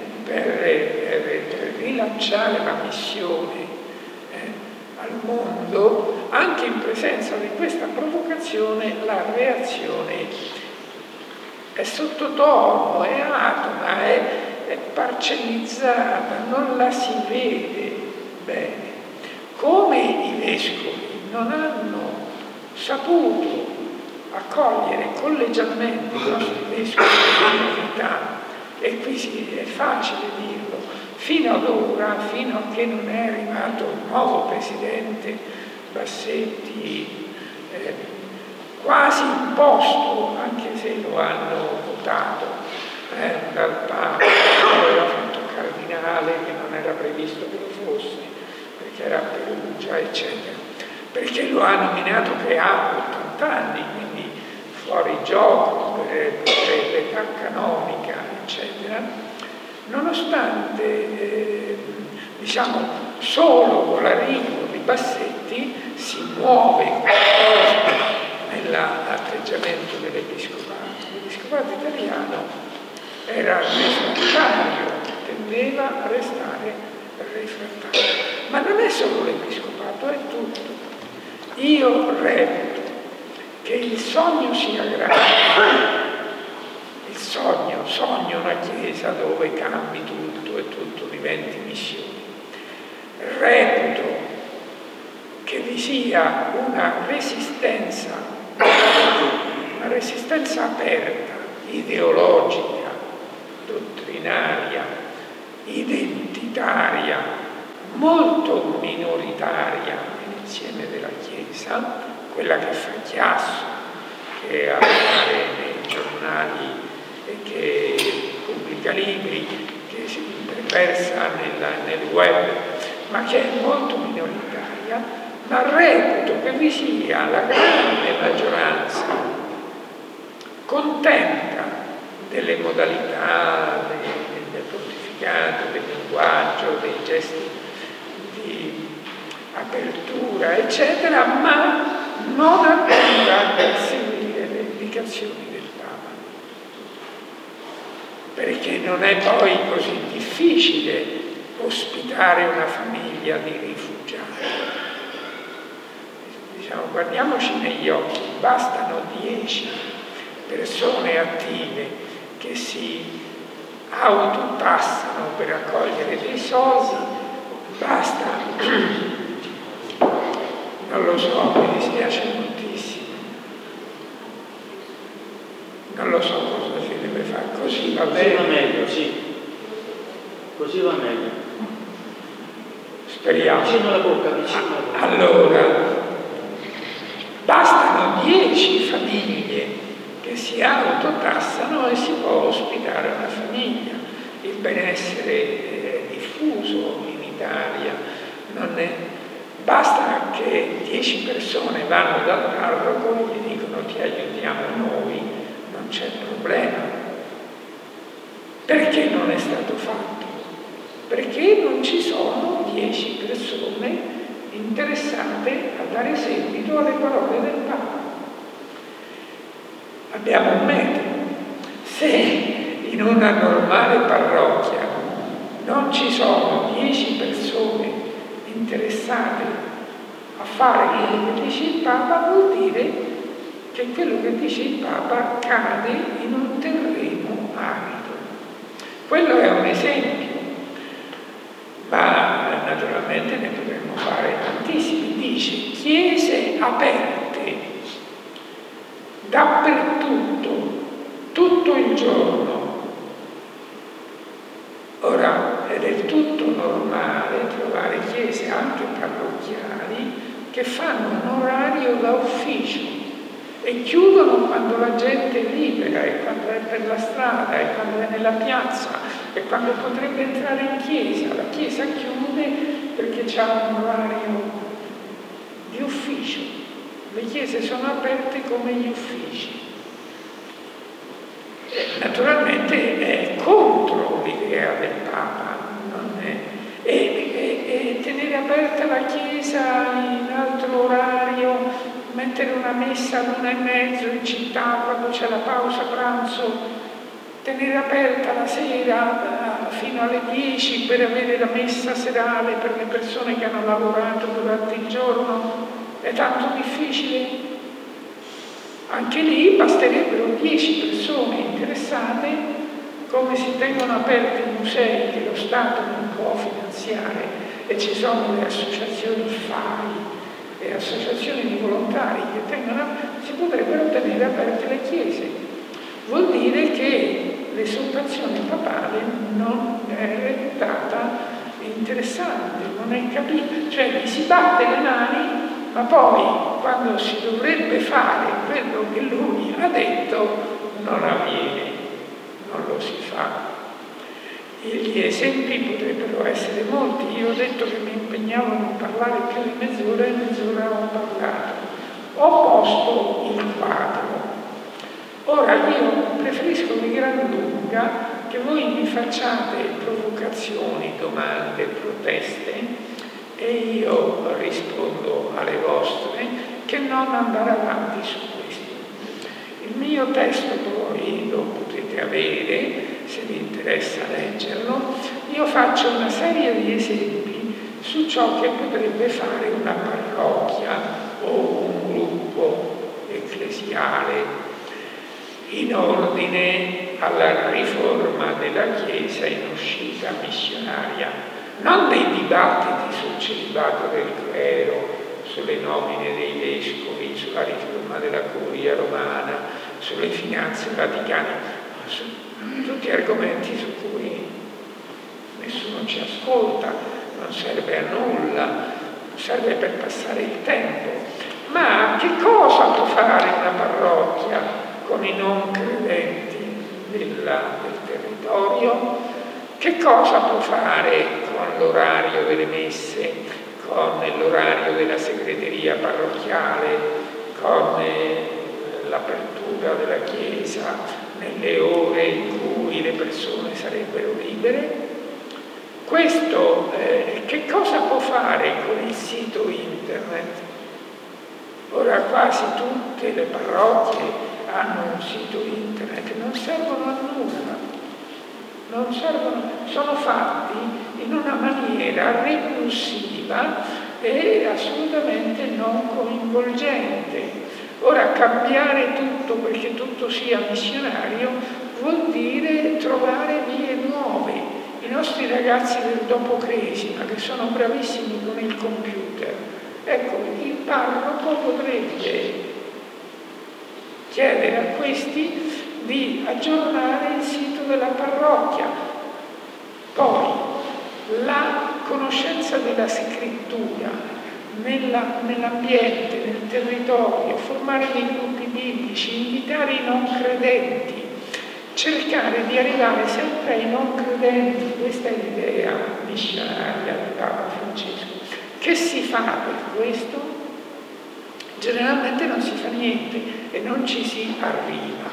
per rilanciare la missione al mondo. Anche in presenza di questa provocazione la reazione è sottotono, è atoma, è parcellizzata, non la si vede bene. Come i vescovi non hanno saputo accogliere collegialmente i nostri vescovi di novità, e qui è facile dirlo, fino ad ora, fino a che non è arrivato il nuovo presidente Bassetti quasi imposto, anche se lo hanno votato dal Papa, aveva fatto cardinale, che non era previsto che lo fosse, perché era a Perugia, eccetera, perché lo ha nominato che ha 80 anni, quindi fuori gioco per l'età canonica, eccetera, nonostante solo con l'arrivo di Bassetti si muove qualcosa nell'atteggiamento dell'Episcopato. L'Episcopato italiano era refrattario, tendeva a restare refrattario. Ma non è solo l'Episcopato, è tutto. Io reputo che il sogno sia grande. Il sogno una chiesa dove cambi tutto e tutto diventi missione. Reputo che vi sia una resistenza aperta, ideologica, dottrinaria, identitaria, molto minoritaria nell'insieme della Chiesa, quella che fa chiasso, che appare nei giornali e che pubblica libri, che si imperversa nel web, ma che è molto minoritaria, ma reputo che vi sia la grande maggioranza contenta delle modalità del pontificato, del linguaggio, dei gesti di apertura, eccetera, ma non attenta a seguire le indicazioni del Papa. Perché non è poi così difficile ospitare una famiglia di rifugiati. Guardiamoci negli occhi, bastano 10 persone attive che si autotassano per raccogliere dei soldi, basta, non lo so, mi dispiace moltissimo, non lo so cosa si deve fare, così va bene. Così va meglio, sì, così va meglio. Speriamo. Vicino alla bocca, vicino alla bocca. Allora, bastano 10 famiglie che si autotassano e si può ospitare una famiglia. Il benessere è diffuso in Italia, basta che 10 persone vanno dal parroco e gli dicono ti aiutiamo noi, non c'è problema. Perché non è stato fatto? Perché non ci sono 10 persone interessate a dare seguito alle parole del Papa. Abbiamo un metodo. Se in una normale parrocchia non ci sono 10 persone interessate a fare quello che dice il Papa, vuol dire che quello che dice il Papa cade in un terreno arido. Quello è un esempio, ma naturalmente ne potremmo fare tantissimi. Dice chiese aperte dappertutto, tutto il giorno. Ora è del tutto normale trovare chiese anche parrocchiali che fanno un orario da ufficio e chiudono quando la gente è libera, e quando è per la strada, e quando è nella piazza, e quando potrebbe entrare in chiesa. La chiesa chiude perché c'ha un orario di ufficio. Le chiese sono aperte come gli uffici. Naturalmente è contro l'idea del Papa, e tenere aperta la chiesa in altro orario, mettere una messa all'1:30 in città quando c'è la pausa pranzo, tenere aperta la sera fino alle 10 per avere la messa serale per le persone che hanno lavorato durante il giorno, è tanto difficile? Anche lì basterebbero 10 persone interessate, come si tengono aperti i musei che lo Stato non può finanziare, e ci sono le associazioni FAI e associazioni di volontari che tengono, si potrebbero tenere aperte le chiese. Vuol dire che l'esortazione papale non è reputata interessante, non è capita, cioè gli si batte le mani, ma poi quando si dovrebbe fare quello che lui ha detto non avviene, non lo si fa. Gli esempi potrebbero essere molti. Io ho detto che mi impegnavo a non parlare più di mezz'ora e mezz'ora ho parlato. Ho posto il quadro. Ora io preferisco di gran lunga che voi mi facciate provocazioni, domande, proteste e io rispondo alle vostre, che non andare avanti su questo. Il mio testo poi lo potete avere, se vi interessa leggerlo. Io faccio una serie di esempi su ciò che potrebbe fare una parrocchia o un gruppo ecclesiale in ordine alla riforma della Chiesa in uscita missionaria, non dei dibattiti sul celibato del clero, sulle nomine dei vescovi, sulla riforma della curia romana, sulle finanze vaticane, su tutti argomenti su cui nessuno ci ascolta, non serve a nulla, serve per passare il tempo. Ma che cosa può fare una parrocchia con i non credenti del territorio? Che cosa può fare con l'orario delle messe, con l'orario della segreteria parrocchiale, con l'apertura della Chiesa nelle ore in cui le persone sarebbero libere? Questo che cosa può fare con il sito internet? Ora quasi tutte le parrocchie hanno un sito internet, non servono a nulla, non servono, sono fatti in una maniera repulsiva e assolutamente non coinvolgente. Ora cambiare tutto perché tutto sia missionario vuol dire trovare vie nuove. I nostri ragazzi del dopo Cresima, che sono bravissimi con il computer, ecco, il parroco potrebbe chiedere a questi di aggiornare il sito della parrocchia. Poi la conoscenza della scrittura nell'ambiente, nel territorio, formare dei gruppi biblici, invitare i non credenti, cercare di arrivare sempre ai non credenti. Questa è l'idea missionaria di Papa Francesco. Che si fa per questo? Generalmente non si fa niente e non ci si arriva.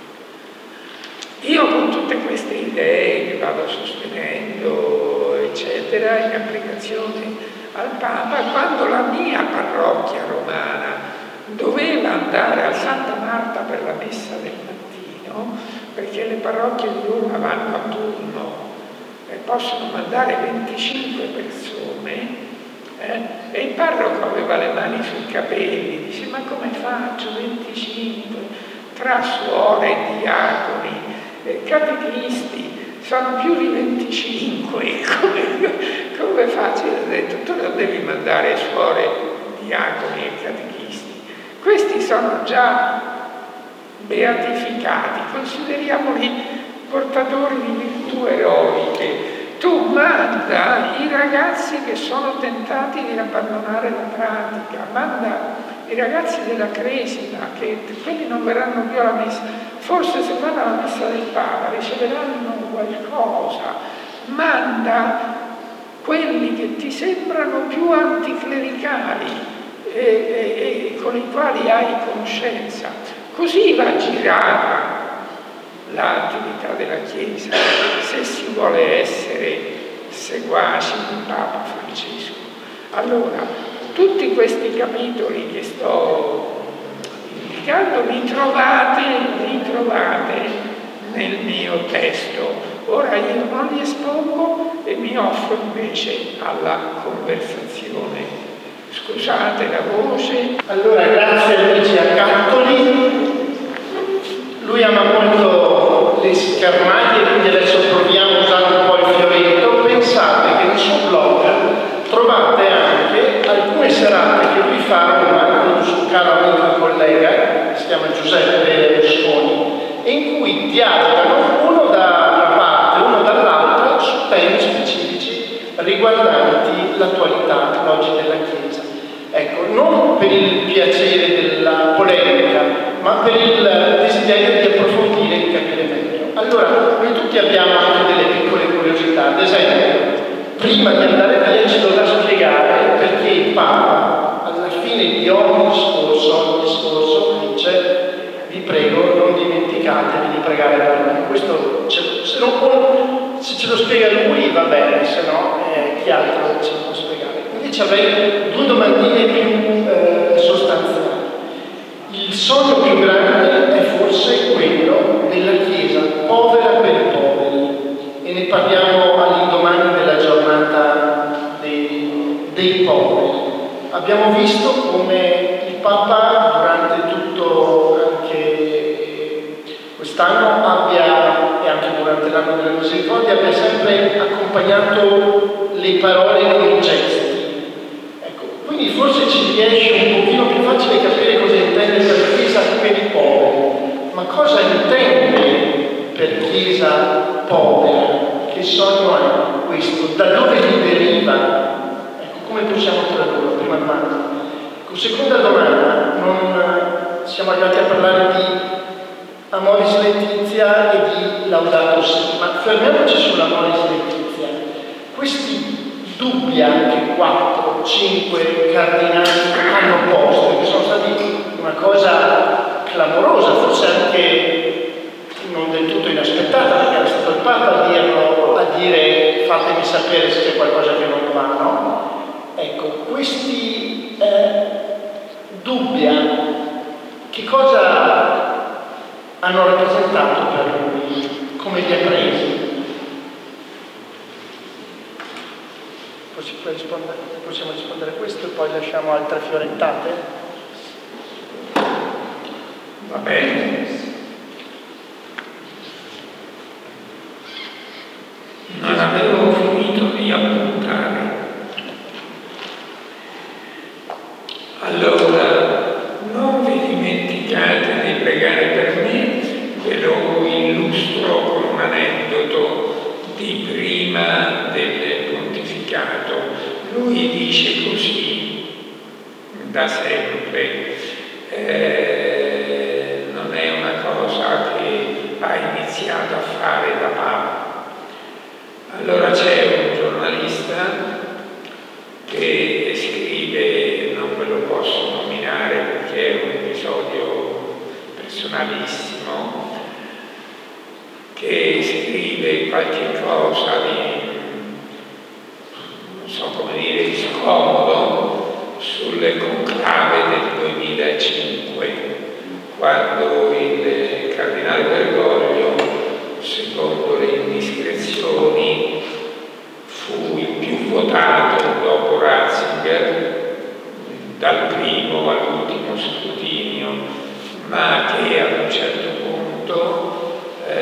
Io con tutte queste idee che vado sostenendo, eccetera, in applicazione al Papa, quando la mia parrocchia romana doveva andare a Santa Marta per la messa del mattino, perché le parrocchie di Roma vanno a turno e possono mandare 25 persone, e il parroco aveva le mani sui capelli, dice: ma come faccio 25 tra suore, diaconi, catechisti, sono più di 25, come faccio? Ho detto: tu non devi mandare suore, diaconi e catechisti, questi sono già beatificati, consideriamoli portatori di virtù eroiche. Tu manda i ragazzi che sono tentati di abbandonare la pratica, manda i ragazzi della Cresima, che quelli non verranno più alla messa, forse se vanno alla messa del Papa riceveranno qualcosa, manda quelli che ti sembrano più anticlericali e con i quali hai conoscenza. Così va girata l'attività della Chiesa, se si vuole essere seguaci di Papa Francesco. Allora, tutti questi capitoli che sto indicando li trovate nel mio testo. Ora io non li espongo e mi offro invece alla conversazione. Scusate la voce. Allora, grazie a Luigi Accattoli. Lui ama molto le schermaglie, quindi adesso proviamo a usare un po' il fioretto. Pensate che nel suo blog trovate anche alcune serate che lui fa a Roma con un suo caro amico e collega, che si chiama Giuseppe Rusconi, e in cui dialogano uno da una parte, uno dall'altra, su temi specifici riguardanti l'attualità, l'oggi della Chiesa. Ecco, non per il piacere della polemica, ma per il desiderio di approfondire e di capire meglio. Allora, noi tutti abbiamo anche delle piccole curiosità. Ad esempio, prima di andare via ci dovrà spiegare perché il Papa, alla fine di ogni discorso, dice: vi prego, non dimenticatevi di pregare per me. Questo, se ce lo spiega lui va bene, se no chi altro ce lo può spiegare. Invece avrei due domandine più sostanziali. Il sogno più grande è forse quello della Chiesa povera per i poveri, e ne parliamo all'indomani della giornata dei poveri. Abbiamo visto come il Papa durante tutto anche quest'anno e anche durante l'anno della misericordia abbia sempre accompagnato le parole con i gesti. Ecco, quindi forse ci riesce un pochino più facile capire cosa intende per Chiesa per i poveri. Ma cosa intende per Chiesa povera? Che sogno è questo? Da dove gli deriva? Come possiamo tradurlo? Prima domanda. Seconda domanda, non siamo arrivati a parlare di Amoris Laetitia e di Laudato Si, ma fermiamoci sull'Amoris Laetitia. Questi dubbi anche 4, 5 cardinali hanno posto, che sono stati una cosa clamorosa, forse anche non del tutto inaspettata, perché era stato il Papa a dire fatemi sapere se c'è qualcosa che non va, no? Ecco, questi dubbi, che cosa hanno rappresentato per lui? Come li ha presi? Possiamo rispondere a questo e poi lasciamo altre fiorettate? Va bene. Non avevo finito di appuntare. Allora, non vi dimenticate di pregare per me, ve lo illustro con un aneddoto di prima del pontificato. Lui dice così da sempre, non è una cosa che ha iniziato a fare da Papa. Allora c'è un giornalista che scrive, non ve lo posso nominare perché è un episodio personalissimo, che scrive qualche cosa di, non so come dire, di scomodo sul conclave del 2005, quando il cardinale Bergoglio, secondo le indiscrezioni, fu il più votato dopo Ratzinger, dal primo all'ultimo scrutinio, ma che ad un certo punto,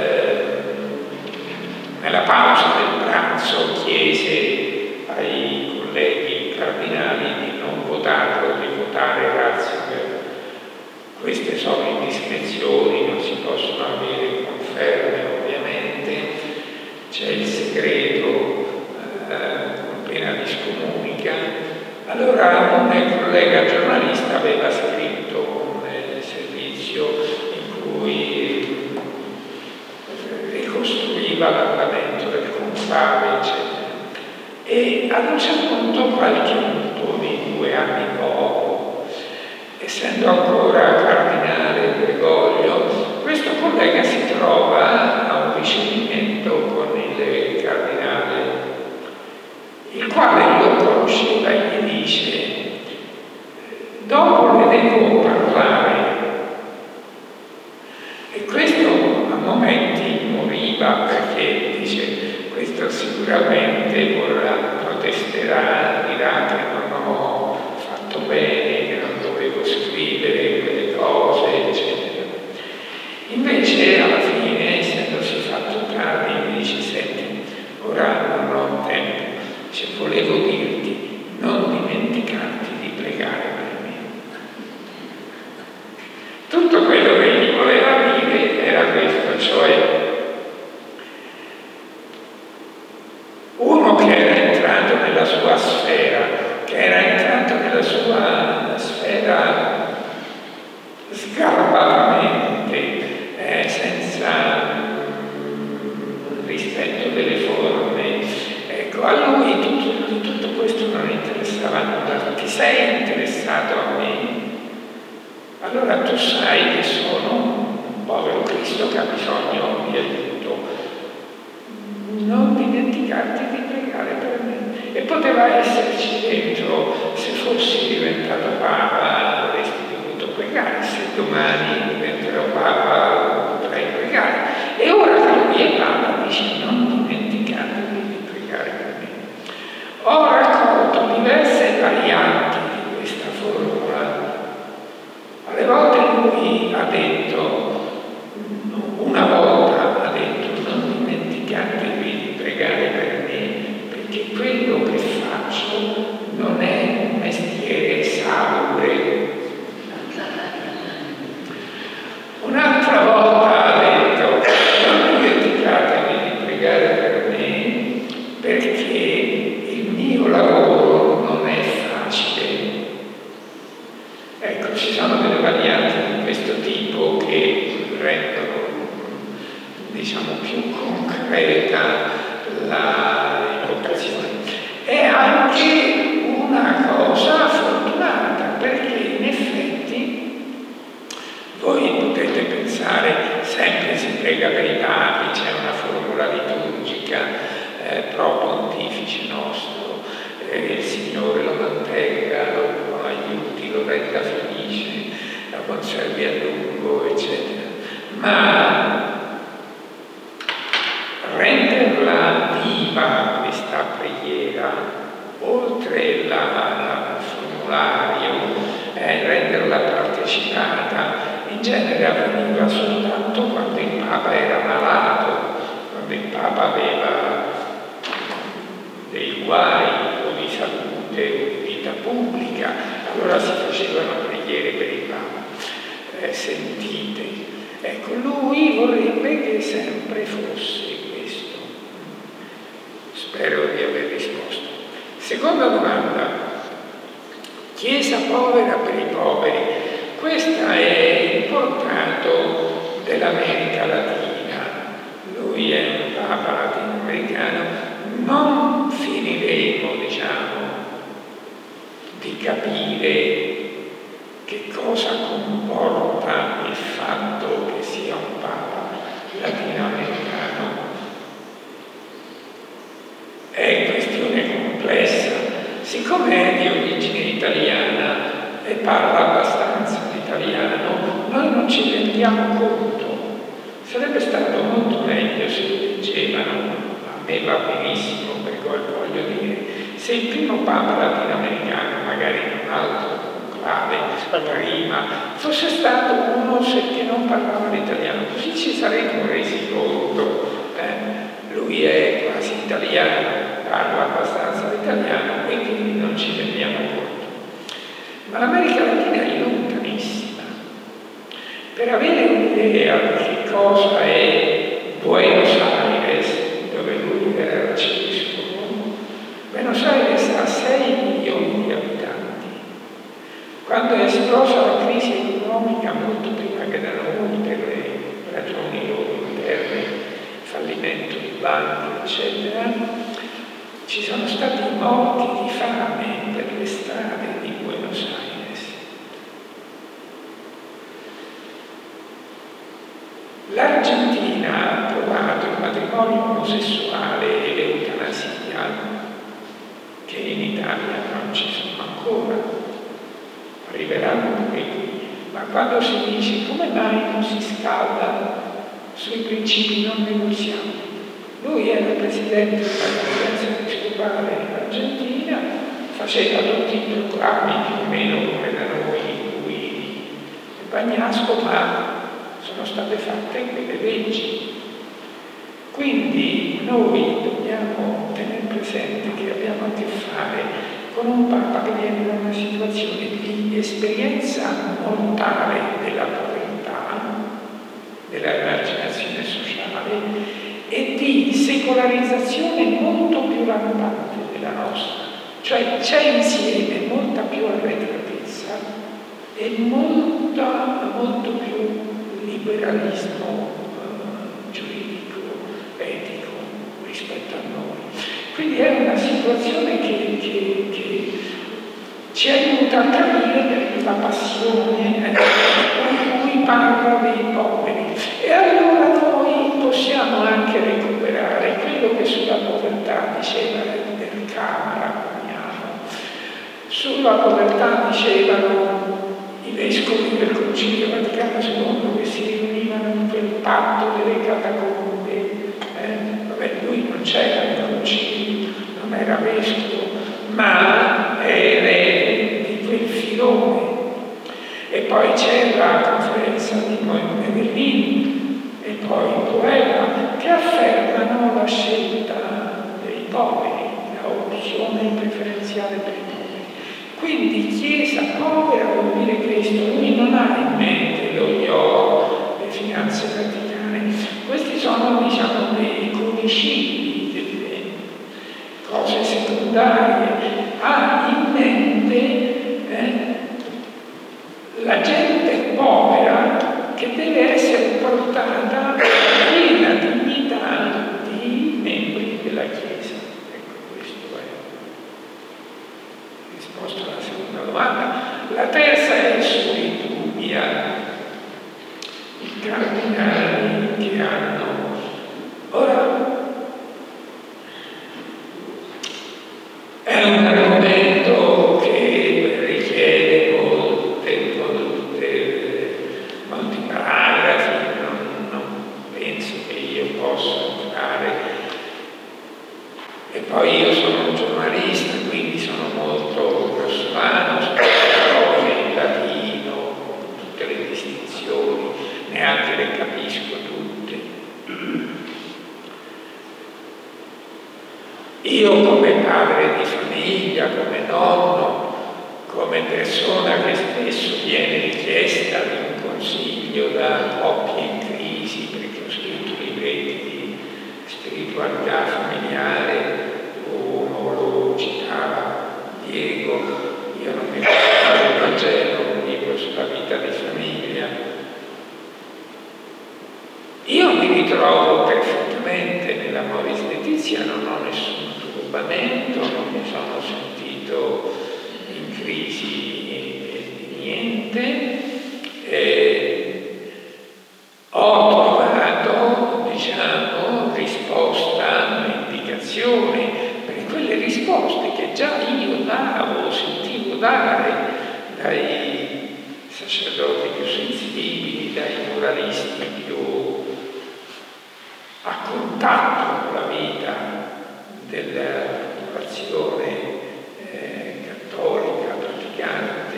nella pausa del pranzo, chiese ai colleghi cardinali di non votarlo, di votare Ratzinger. Queste sono indiscrezioni, non si possono avere conferme ovviamente, c'è il segreto con pena di scomunica. Allora un collega giornalista aveva scritto un servizio in cui ricostruiva l'andamento del conclave, eccetera. E ad un certo punto, qualche minuto di 2 anni dopo, essendo ancora cardinale Bergoglio, questo collega si trova a un ricevimento con il cardinale, il quale lo conosceva e gli dice: dopo ne devo parlare. E questo a momenti moriva, perché dice: questo sicuramente protesterà, dirà che non ho fatto bene, che non dovevo scrivere quelle cose, eccetera. Invece alla fine, essendosi fatto tardi, mi dice: senti, ora non ho tempo, se volevo dirti, non dimenticarti di pregare per me. Tutto quello che gli voleva dire era questo, cioè uno che era entrato nella sua sfera, che era entrato nella sua sei interessato a me, allora tu sai che sono un povero Cristo che ha bisogno di aiuto. Non dimenticarti di pregare per me. E poteva esserci dentro, se fossi diventato Papa avresti dovuto pregare, se domani diventerò Papa potrei pregare. E ora che lui è Papa dice non dimenticatevi di pregare per me. Ho raccolto diverse varianti di questa formula. Alle volte lui ha detto, una volta ha detto non dimenticatevi di pregare per me, perché quello che faccio non è un mestiere salubre. Un'altra volta ha detto non dimenticatevi di pregare per me, perché il mio lavoro non è facile. Ecco, ci sono delle varianti di questo tipo che rendono, diciamo, più concreta l'evocazione. È anche una cosa fortunata, perché in effetti voi potete pensare, sempre si prega per i papi, c'è una formula liturgica pro pontifice nostro, il Signore lo mantenga, lo aiuti, lo renda felice, lo conservi a lungo, eccetera. Ma renderla viva questa preghiera, oltre il formulario, renderla partecipata, in genere avveniva soltanto quando il Papa era malato, quando il Papa aveva dei guai o di salute o di vita pubblica, allora si facevano preghiere per il Papa, sentite. Ecco, lui vorrebbe che sempre fosse questo. Spero di aver risposto. Seconda domanda. Chiesa povera per i poveri. Questo è il portato dell'America Latina. Lui è un Papa latinoamericano. Non finiremo, diciamo, di capire che cosa comporta il fatto che sia un Papa latinoamericano. È questione complessa. Siccome è di origine italiana e parla abbastanza l'italiano, noi non ci rendiamo conto. Sarebbe stato molto meglio se lo leggevano. A me va benissimo, perché voglio dire, se il primo Papa latinoamericano, magari in un altro prima, fosse stato uno che non parlava l'italiano, così ci saremmo resi conto. Lui è quasi italiano, parla abbastanza l'italiano e quindi non ci rendiamo conto. Ma l'America Latina è lontanissima. Per avere un'idea di che cosa è Buenos Aires, dove lui era arcivescovo, Buenos Aires ha 6 milioni di abitanti. Quando è esplosa la crisi economica, molto prima che da noi, per le ragioni loro interne, fallimento di banche, eccetera, ci sono stati morti di fame per le strade di Buenos Aires. L'Argentina ha approvato il matrimonio omosessuale e l'eutanasia, che in Italia non ci sono ancora. Arriveranno pure qui, ma quando si dice come mai non si scalda sui principi non negoziabili, lui era presidente della conferenza episcopale in Argentina, faceva tutti i proclami più o meno come da noi, in cui il Bagnasco, ma sono state fatte quelle leggi. Quindi noi dobbiamo tenere presente che abbiamo a che fare con un Papa che viene da una situazione di esperienza mortale della povertà, dell'emarginazione sociale e di secolarizzazione molto più rampante della nostra. Cioè c'è insieme molta più arretratezza e molto più liberalismo giuridico, etico rispetto a noi. Quindi è una situazione che ci aiuta aiuta a capire la passione con cui parla dei poveri. E allora noi possiamo anche recuperare quello che sulla povertà diceva del Camera. Sulla povertà dicevano i vescovi del Concilio Vaticano II che si riunivano in quel patto delle catacombe. Vabbè, lui non c'era nel concilio, non era vescovo, ma è erede di quel filone. E poi c'è la conferenza di Medellin e poi Povera, che affermano la scelta dei poveri, la opzione preferenziale per i poveri. Quindi Chiesa povera vuol dire questo, lui non ha in mente lo IO, le finanze vaticane, questi sono diciamo dei codicilli, delle cose secondarie, ha in mente la gente povera che deve essere portata nella dignità di membri della Chiesa. Ecco, questo è risposta alla seconda domanda. La terza è su Iturbia, i cardinali che hanno. Ora, è un argomento che richiede molti paragrafi, non penso che io possa entrare. E poi io sono un giornalista, quindi sono molto grossolano, parole in latino, tutte le distinzioni, neanche le capisco tutte. Io come padre di famiglia, come nonno, come persona che spesso viene richiesta di un consiglio da coppie in crisi, perché ho scritto libretti di spiritualità familiare, uno lo citava Diego, io non mi ricordo il Vangelo, un libro sulla vita di famiglia. Io mi ritrovo perfettamente nell'Amoris Laetitia, non ho nessun turbamento, non mi sono sentito in crisi di niente. Ho trovato, diciamo, risposta, indicazione per quelle risposte che già io davo, sentivo dare dai sacerdoti più sensibili, dai moralisti più a contatto con la vita della popolazione cattolica praticante,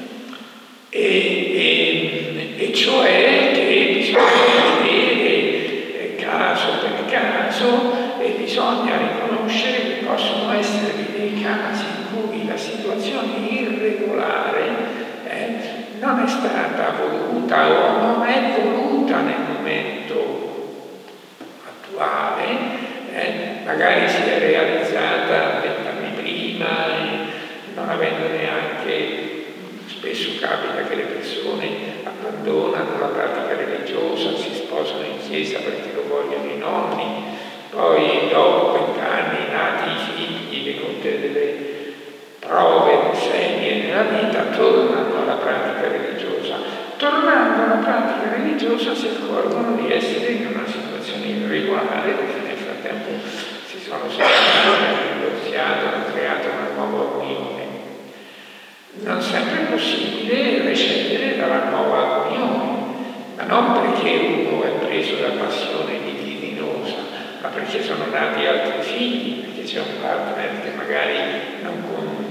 e cioè che bisogna vedere caso per caso e bisogna riconoscere che possono essere dei casi in cui la situazione irregolare non è stata voluta o non è voluta nel momento attuale, magari si è realizzata 20 anni prima, non avendo neanche, spesso capita che le persone abbandonano la pratica religiosa, si sposano in chiesa perché lo vogliono i nonni, poi dopo 20 anni nati i figli, venute delle prove serie nella vita, tornano alla pratica religiosa. Tornando alla pratica religiosa si accorgono di essere in una situazione irregolare, perché nel frattempo si sono separati, divorziati, hanno creato una nuova unione. Non sempre è possibile recedere dalla nuova unione, ma non perché uno è preso da passione libidinosa, ma perché sono nati altri figli, perché c'è un partner che magari non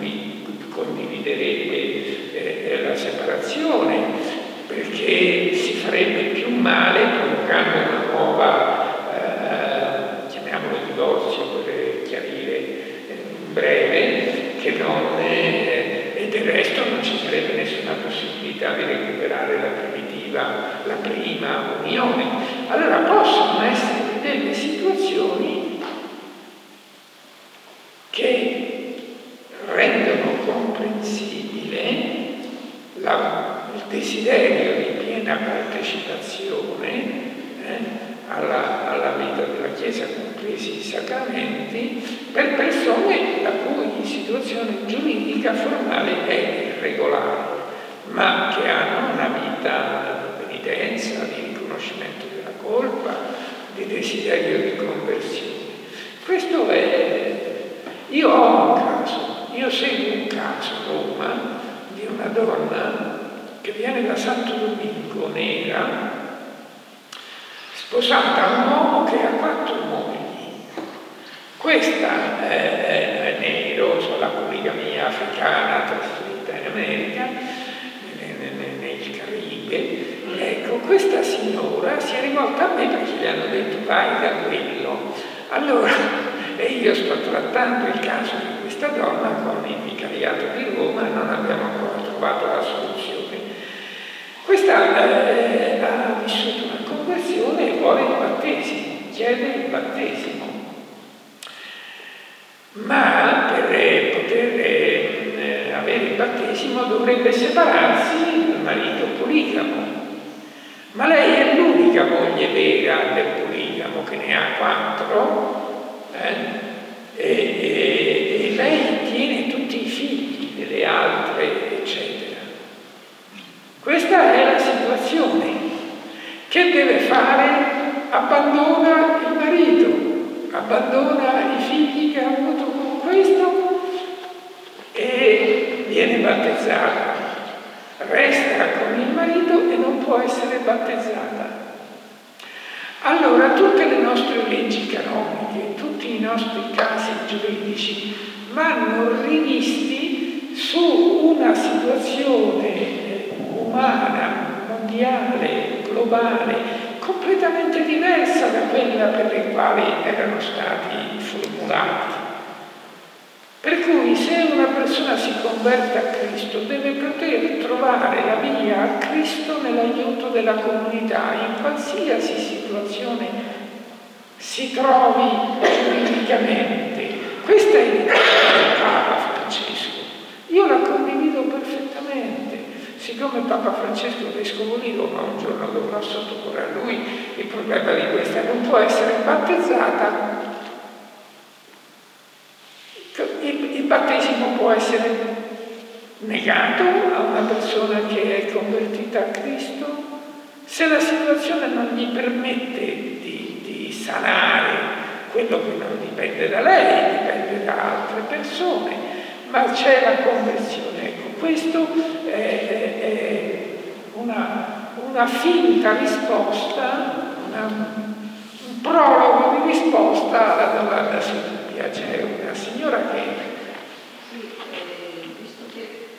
condividerebbe la separazione, perché si farebbe più male provocando una nuova, chiamiamolo divorzio per chiarire breve, che non e del resto non ci sarebbe nessuna possibilità di recuperare la prima unione. Allora possono essere delle situazioni che rendono comprensibile il desiderio di piena partecipazione alla vita della Chiesa, compresi i sacramenti, per persone la cui situazione giuridica formale è regolari, ma che hanno una vita di penitenza, di riconoscimento della colpa, di desiderio di conversione. Questo è... Io ho un caso, io seguo un caso a Roma di una donna che viene da Santo Domingo, nera, sposata a un uomo che ha 4 mogli. Questa è nero, la poligamia africana trasferita in America, nel Caribe. Ecco, questa signora si è rivolta a me perché gli hanno detto vai da quello. Allora, e io sto trattando il caso di questa donna con il vicariato di Roma e non abbiamo ancora trovato la soluzione. Questa ha vissuto una conversione e vuole il battesimo, chiede il battesimo. Ma per poter avere il battesimo dovrebbe separarsi dal marito poligamo. Ma lei è l'unica moglie vera del poligamo, che ne ha 4, e lei tiene tutti i figli delle altre, eccetera. Questa è la situazione. Che deve fare? Abbandona il marito, abbandona i figli che ha avuto con questo e viene battezzata. Resta con il marito e non può essere battezzata. Allora tutte le nostre leggi canoniche, tutti i nostri casi giuridici vanno rivisti su una situazione umana, mondiale, globale, completamente diversa da quella per le quali erano stati formulati. Per cui se una persona si converte a Cristo deve poter trovare la via a Cristo nell'aiuto della comunità, in qualsiasi situazione si trovi giuridicamente. Questa è l'idea di Papa Francesco. Io la condivido perfettamente. Siccome Papa Francesco, vescovo di Roma, un giorno dovrà sottoporre a lui il problema di questa, non può essere battezzata. Il battesimo può essere negato a una persona che è convertita a Cristo se la situazione non gli permette di sanare quello che non dipende da lei, dipende da altre persone, ma c'è la conversione. Ecco, questo è una finta risposta, un prologo di risposta alla domanda su Dio. C'è una signora che... Visto che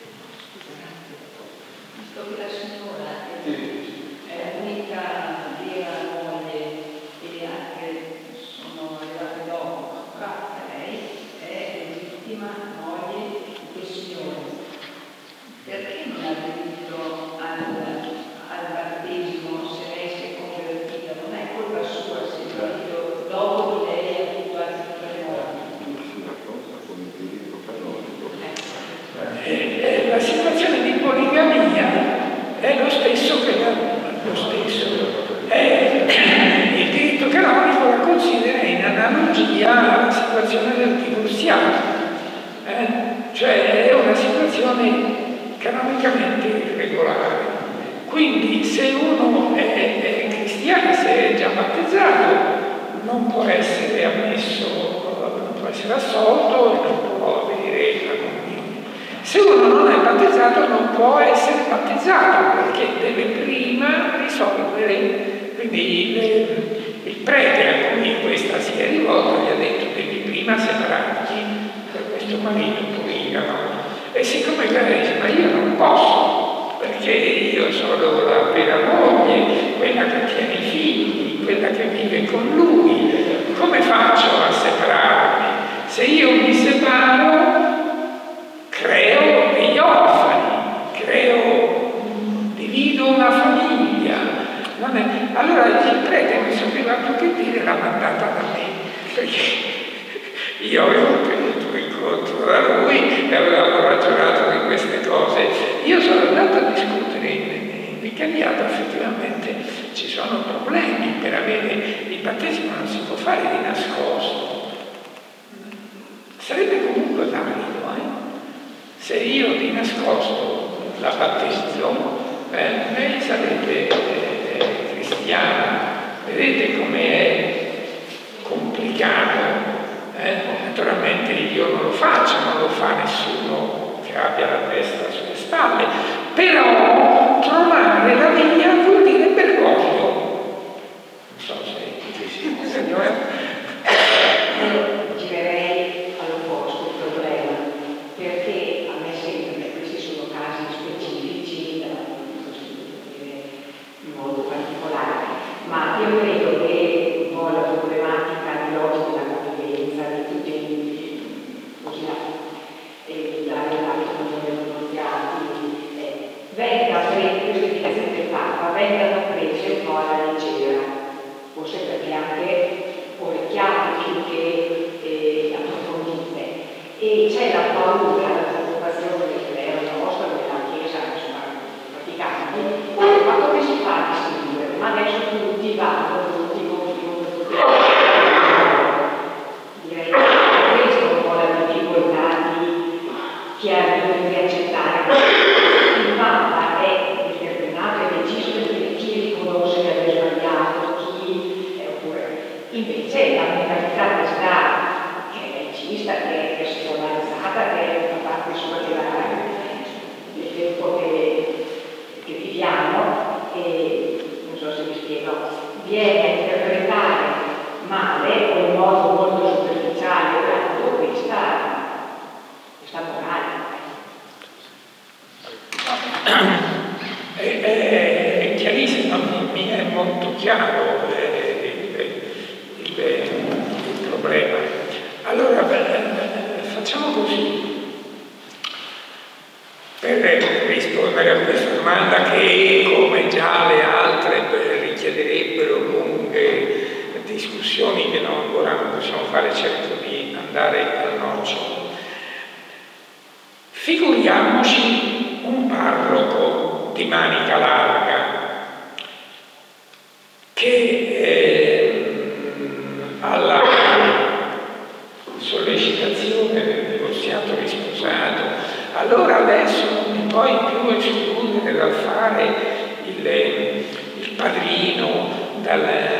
la signora è l'unica vera moglie e anche sono arrivate dopo, lei è legittima moglie di quel signore. Perché non ha diritto al battesimo se lei si è convertita? Non è colpa sua se il marito dopo di lei ha avuto altri 3 mogli. La situazione di poligamia è lo stesso che il diritto canonico la considera in analogia alla situazione del divorziato, cioè è una situazione canonicamente irregolare. Quindi se uno è cristiano, se è già battezzato, non può essere ammesso, non può essere assolto e non può avere la comunione. Se uno non è battezzato non può essere battezzato perché deve prima risolvere, quindi il prete a cui questa si è rivolta gli ha detto devi prima separarti da questo marito poligamo. E siccome lei dice ma io non posso perché io sono la vera moglie, quella che tiene i figli, quella che vive con lui, come faccio a separarmi? Se io mi separo creo degli orfani, divido una famiglia. Allora il prete non sapeva più che dire, l'ha mandata da me, perché io avevo tenuto incontro da lui e avevamo ragionato di queste cose. Io sono andato a discutere in vicariato, effettivamente ci sono problemi per avere il battesimo, non si può fare di nascosto. Sarebbe comunque valido, Se io di nascosto la battezzo, lei sarebbe cristiana. Vedete com'è complicato? Naturalmente io non lo faccio, non lo fa nessuno che abbia la testa sulle spalle, però trovare la via vuol dire percorso. Non so se signora. Io girerei all'opposto il problema, perché a me sembra che questi sono casi specifici, in modo particolare, ma io credo che un po' la problematica di oggi della convivenza, di tutti così la realtà che sono denunziati, venga presa, queste indicazioni del Papa vengano prese un po' alla leggera, forse perché anche orecchiate più che approfondite, e c'è la paura, la preoccupazione che era una vostra nella Chiesa, insomma, praticanti, il fatto che si fa distinguere, ma adesso tutti vanno, tutti continuano, direi che questo è un po' la difficoltà di accettare. Il Papa è determinato e deciso di chi riconosce di aver sbagliato, chi invece la mentalità cristiana, che è laicista, che è secolarizzata, che è una parte del tempo che viviamo, e non so se mi spiego, viene a interpretare male o in modo molto superficiale questa morale. È chiarissimo, mi è molto chiaro il problema. Allora facciamo così, per rispondere a questa domanda che, come già le altre, richiederebbero lunghe discussioni che ancora non possiamo fare, cerco di andare al nocciolo. Figuriamoci un parroco di manica larga che alla sollecitazione del negoziato risposato, allora adesso non mi puoi più escludere dal fare il padrino, da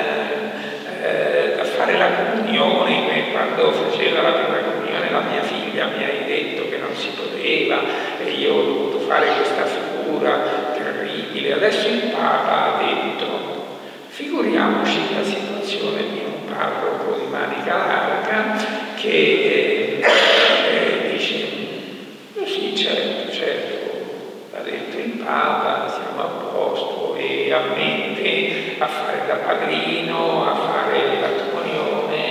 fare la comunione. Quando faceva la prima comunione la mia figlia mi hai detto che non si poteva e io ho dovuto fare questa figura terribile. Adesso il Papa ha detto: figuriamoci la situazione di un parroco di manica larga che dice: sì, certo, ha detto il Papa, siamo a posto, e ammette a fare da padrino, a fare la comunione,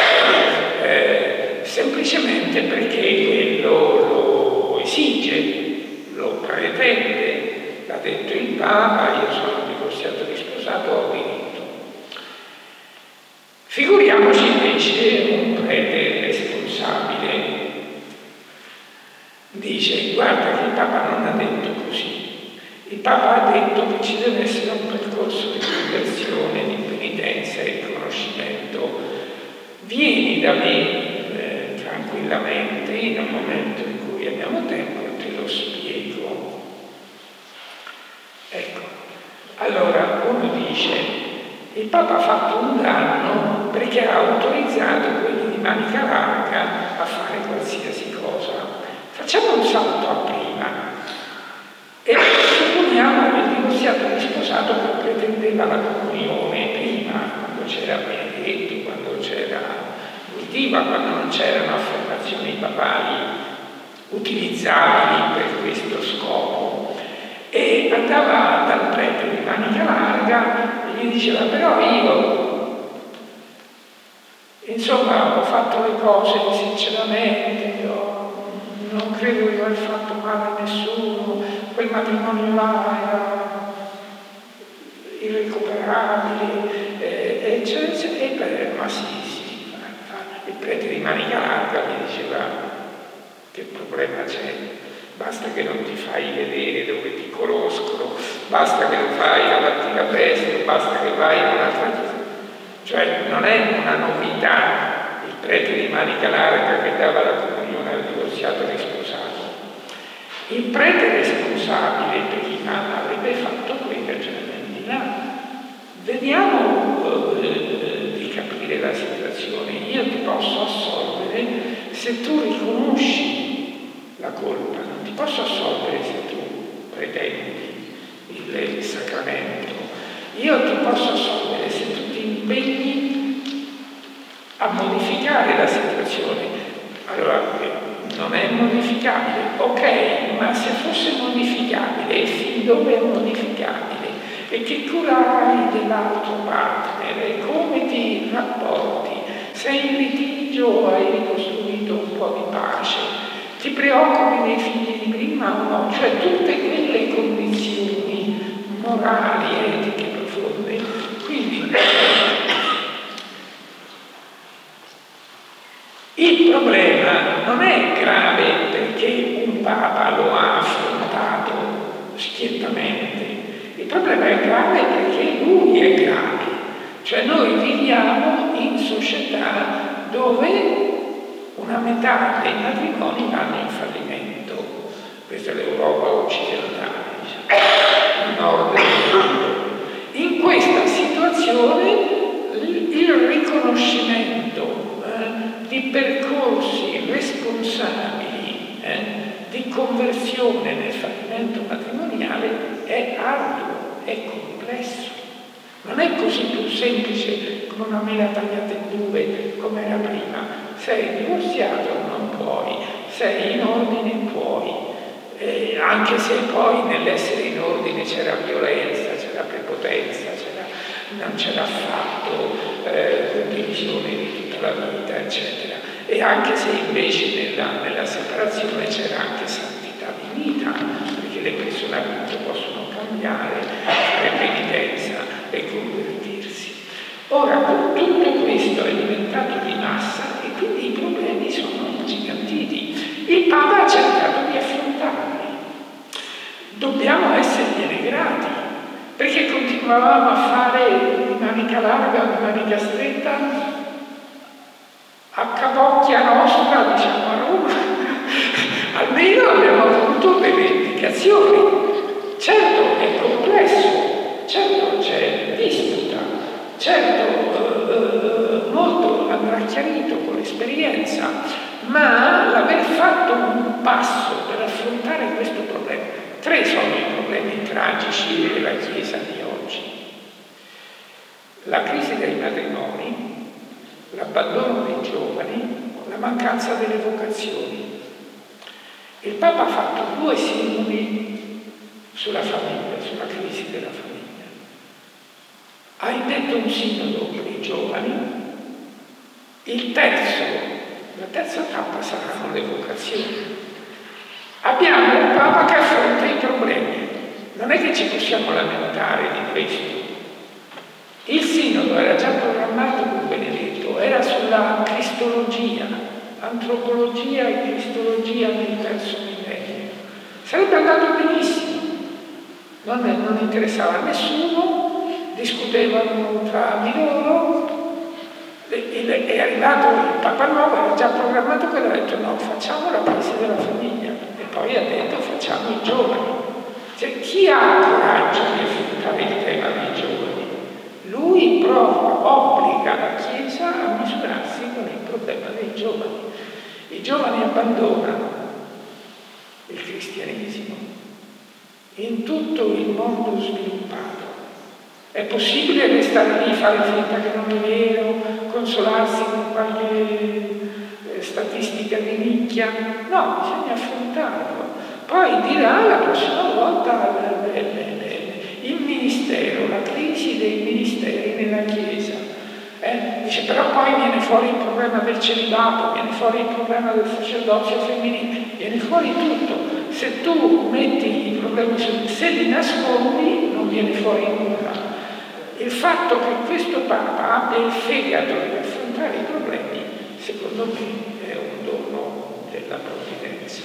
semplicemente perché quello lo esige, lo pretende. L'ha detto il Papa, io sono negoziato di sposato, ho diritto. Figuriamoci invece un prete responsabile. Dice: guarda che il Papa non ha detto così. Il Papa ha detto che ci deve essere un percorso di conversione, di penitenza e riconoscimento. Vieni da me tranquillamente, in un momento in cui abbiamo tempo te lo spiego. Ecco, allora uno dice: il Papa ha fatto un danno perché ha autorizzato quelli di manica larga a fare qualsiasi cosa. Facciamo un salto a prima e supponiamo che il negoziato di sposato che pretendeva la comunione prima, quando c'era Benedetto, quando c'era Wojtyła, quando non c'erano affermazioni papali utilizzabili per questo scopo, e andava dal prete di manica larga e gli diceva: però io, insomma, ho fatto le cose sinceramente, non credo di aver fatto male a nessuno, quel matrimonio là era irrecuperabile, eccetera, eccetera. Ma sì, il prete di manica larga gli diceva: che problema c'è? Basta che non ti fai vedere dove ti conoscono, basta che lo fai la mattina presto, basta che vai in un'altra chiesa. Cioè non è una novità il prete di manica larga che dava la comunione al divorziato risposato. Il prete responsabile prima avrebbe fatto quella di là. Vediamo di capire la situazione. Io ti posso assolvere se tu riconosci la colpa, non ti posso assolvere se tu pretendi il sacramento. Io ti posso assolvere se tu ti impegni a modificare la situazione. Allora, non è modificabile, ok, ma se fosse modificabile, e fin dove è modificabile? E che cura hai dell'altro partner? E come ti rapporti? Sei in litigio, hai ricostruito un po' di pace? Ti preoccupi dei figli di prima o no? Cioè tutte quelle condizioni morali, etiche profonde. Quindi il problema non è grave perché un Papa lo ha affrontato schiettamente. Il problema è grave perché lui è grave. Cioè noi viviamo in società dove una metà dei matrimoni vanno in fallimento. Questa è l'Europa occidentale, diciamo, il nord del mondo. In questa situazione il riconoscimento di percorsi responsabili di conversione nel fallimento matrimoniale è arduo, è complesso. Non è così più semplice come una mela tagliata in due, come era prima. Sei divorziato, non puoi. Sei in ordine, puoi. Anche se poi nell'essere in ordine c'era violenza, c'era prepotenza, non c'era affatto condivisione di tutta la vita, eccetera. E anche se invece nella separazione c'era anche santità di vita, perché le persone appunto possono cambiare, fare penitenza e convertirsi. Ora, tutto questo è diventato di massa e quindi i problemi sono ingigantiti. Il Papa ha cercato di affrontarli. Dobbiamo essergliene grati, perché continuavamo a fare di manica larga o di manica stretta a capocchia nostra, diciamo a Roma. Almeno abbiamo avuto delle indicazioni. Certo è complesso, certo c'è disputa, certo molto andrà chiarito con l'esperienza, ma l'aver fatto un passo per affrontare questo problema. 3 sono i problemi tragici della Chiesa di oggi: la crisi dei matrimoni, l'abbandono dei giovani, la mancanza delle vocazioni. Il Papa ha fatto 2 sinodi sulla famiglia, sulla crisi della famiglia. Ha indetto un sinodo per i giovani. La terza tappa saranno le vocazioni. Abbiamo un Papa che affronta i problemi. Non è che ci possiamo lamentare di questo. Il sinodo era già programmato con Benedetto, era sulla cristologia, antropologia e cristologia nel terzo millennio. Sarebbe andato benissimo, non interessava a nessuno, discutevano tra di loro. È arrivato il Papa Nuovo, era già programmato quello, ha detto no, facciamo la crisi della famiglia, e poi ha detto facciamo i giovani. Cioè, chi ha il coraggio di affrontare il tema dei giovani? Lui obbliga la Chiesa a misurarsi con il problema dei giovani. I giovani abbandonano il cristianesimo in tutto il mondo sviluppato. È possibile restare lì, fare finta che non è vero, consolarsi con qualche statistica di nicchia? No, bisogna affrontarlo. Poi dirà la prossima volta il ministero, la crisi dei ministeri nella Chiesa. Dice, però poi viene fuori il problema del celibato, viene fuori il problema del sacerdozio femminile, viene fuori tutto. Se tu metti i problemi, se li nascondi, non viene fuori nulla. Il fatto che questo Papa abbia il fegato di affrontare i problemi, secondo me, è un dono della provvidenza.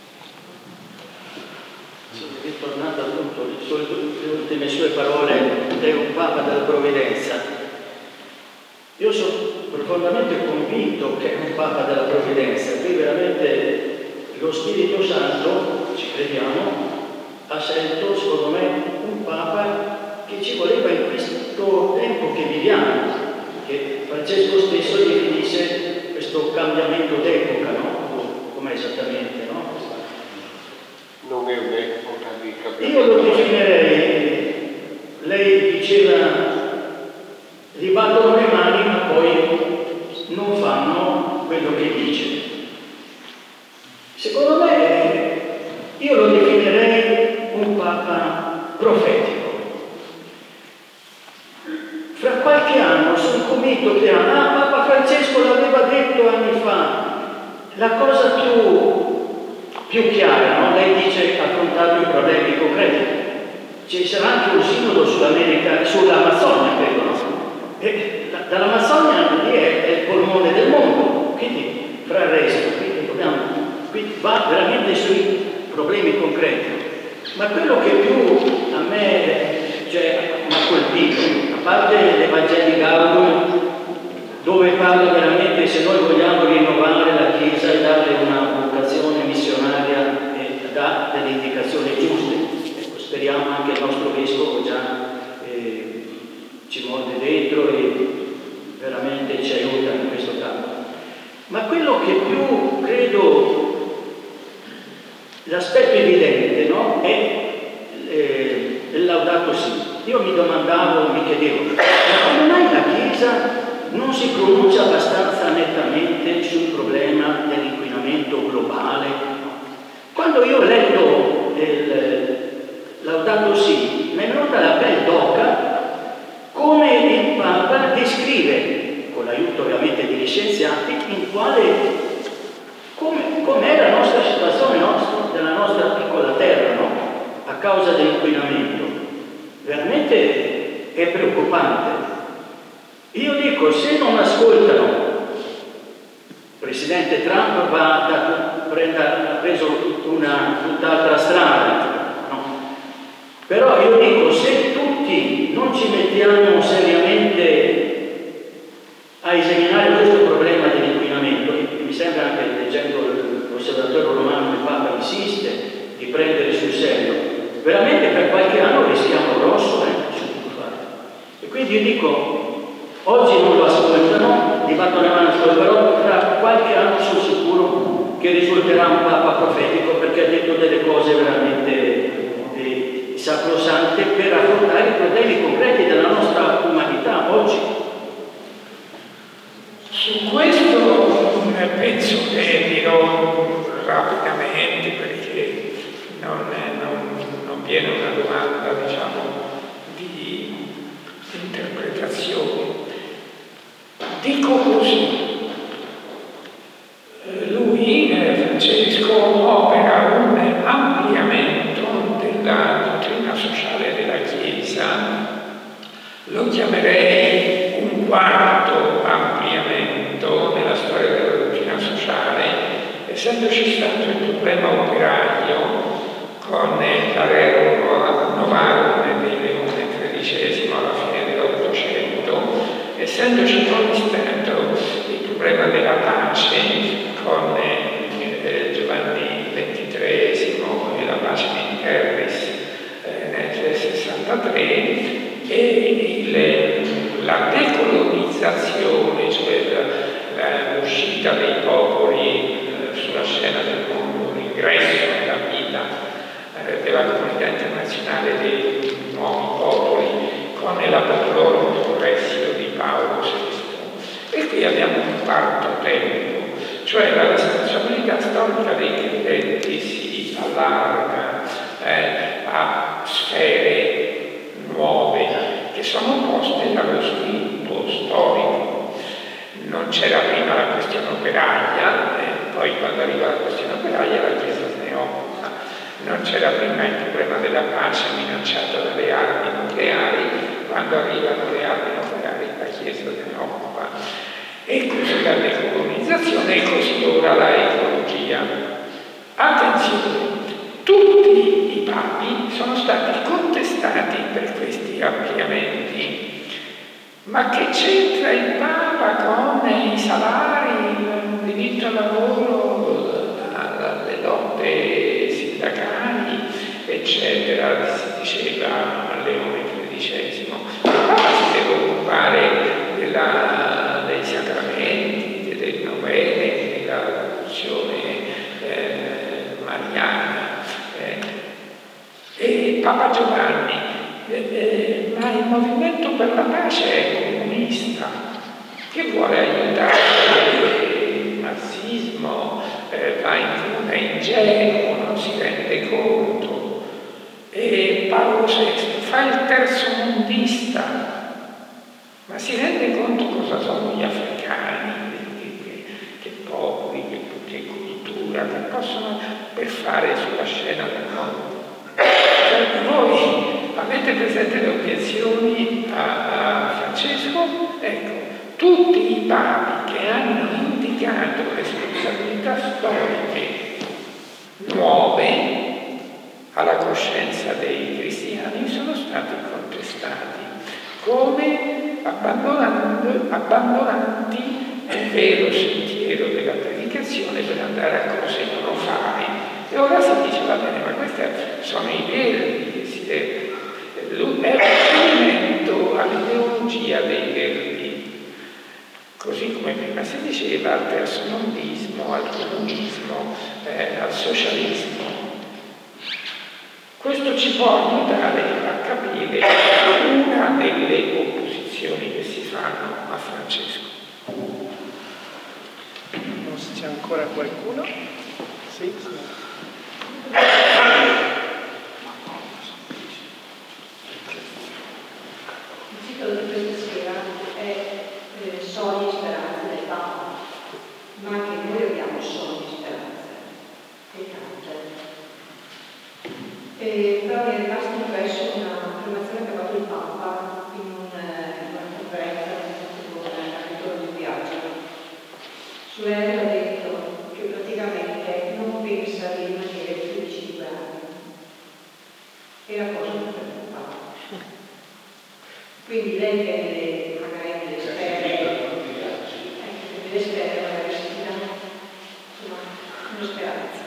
Ritornando appunto alle ultime sue parole, è un Papa della provvidenza. Io sono profondamente convinto che è un Papa della provvidenza. Qui veramente lo Spirito Santo ci crediamo, ha scelto, secondo me, un Papa che ci voleva in questo tempo che viviamo, che Francesco stesso definisce questo cambiamento d'epoca, no? Com'è esattamente, no? Non è un'epoca di Io lo definirei, lei diceva, gli battono le mani ma poi non fanno quello che dice. Secondo me, io lo definirei un Papa profetico. Fra qualche anno sono convinto che Papa Francesco l'aveva detto anni fa, la cosa più chiara, no? Lei dice ha affrontato i problemi concreti. Ci sarà anche un sinodo sull'Amazzonia, credo, no? E dall'Amazzonia lì è il polmone del mondo, quindi fra il resto, quindi va veramente sui problemi concreti. Ma quello che più a me mi ha colpito, a parte l'Evangelii Gaudium, dove parla veramente se noi vogliamo rinnovare la Chiesa e darle una vocazione missionaria e dà delle indicazioni giuste. Ecco, speriamo anche il nostro Vescovo già ci morde dentro e veramente ci aiuta in questo campo. Ma quello che più credo, l'aspetto evidente, no? È il Laudato Si. Io mi domandavo, mi chiedevo, ma come mai la Chiesa non si pronuncia abbastanza nettamente sul problema dell'inquinamento globale? Quando io ho letto il Laudato Si, mi è venuta la pelle d'oca come il Papa descrive, con l'aiuto ovviamente degli scienziati, com'è la nostra situazione della nostra piccola terra, no? A causa dell'inquinamento. Veramente è preoccupante. Io dico, se non ascoltano, il presidente Trump ha preso tutt'altra strada, no? Però io dico, se tutti non ci mettiamo seriamente a esaminare questo problema dell'inquinamento, e mi sembra anche leggendo l'Osservatorio Romano il Papa insiste di prendere sul serio, veramente per qualche anno rischiamo grosso e quindi io dico, oggi non lo ascoltano, gli battono le mani sulle parole, tra qualche anno sono sicuro che risulterà un Papa profetico perché ha detto delle cose veramente sacrosante per affrontare i problemi concreti della nostra umanità oggi. Su questo penso che dirò rapidamente perché non viene una domanda, di interpretazione. Dico così, lui, Francesco, opera un ampliamento della dottrina sociale della Chiesa, lo chiamerei un quarto ampliamento nella storia della dottrina sociale, essendoci stato il problema operaio con la Rerum Novarum di Leone XIII alla fine dell'Ottocento, essendoci poi stato il problema della pace con Giovanni XXIII e la pace di Terris nel 63 e la decolonizzazione, cioè l'uscita dei popoli sulla scena del mondo, l'ingresso nella vita della comunità internazionale dei nuovi popoli con l'Apostolorum Progressio di Paolo VI. E qui abbiamo un quarto tempo, cioè la responsabilità storica dei credenti si allarga a sfere nuove che sono poste dallo sviluppo storico. Non c'era prima la questione operaia, poi quando arriva la questione operaia la Chiesa se ne occupa. Non c'era prima il problema della pace minacciata dalle armi nucleari, quando arrivano le armi nucleari la Chiesa se ne occupa. E così la decolonizzazione e così ora la ecologia. Attenzione, tutti i papi sono stati contestati per questi ampliamenti. Ma che c'entra il Papa con i salari, il diritto al lavoro, le lotte sindacali, eccetera, si diceva a Leone XIII, si deve occupare dei sacramenti, delle novene, della devozione mariana. E Papa Giovanni, ma il movimento per la pace è comunista, che vuole aiutare il marxismo, va in fuga, è ingenuo, non si rende conto. E Paolo VI fa il terzo mondista, ma si rende conto cosa sono gli africani, che popoli, che cultura, che possono per fare sulla scena del mondo. Voi avete presente le obiezioni a Francesco? Ecco, tutti i papi che hanno indicato responsabilità storiche nuove alla coscienza dei cristiani sono stati contestati come abbandonanti il vero sentiero della predicazione per andare a cose profane. E ora si dice, va bene, ma questi sono i verdi che si deve. È un riferimento all'ideologia dei verdi, così come prima si diceva al personalismo, al comunismo, al socialismo. Questo ci può aiutare a capire una delle opposizioni che si fanno a Francesco. Non so se c'è ancora qualcuno. Sì. Il titolo di questa sera è Sogni e speranze del Papa, ma anche noi abbiamo sogni e speranze che cambiano. Però mi è rimasto impresso un'affermazione che ha fatto il Papa in una conferenza con il capitolo di viaggio. Su lei ha detto che praticamente non pensa di rimanere più di 5 anni. E la cosa mi preoccupa. Quindi lei che magari delle sfere magari si danno una speranza.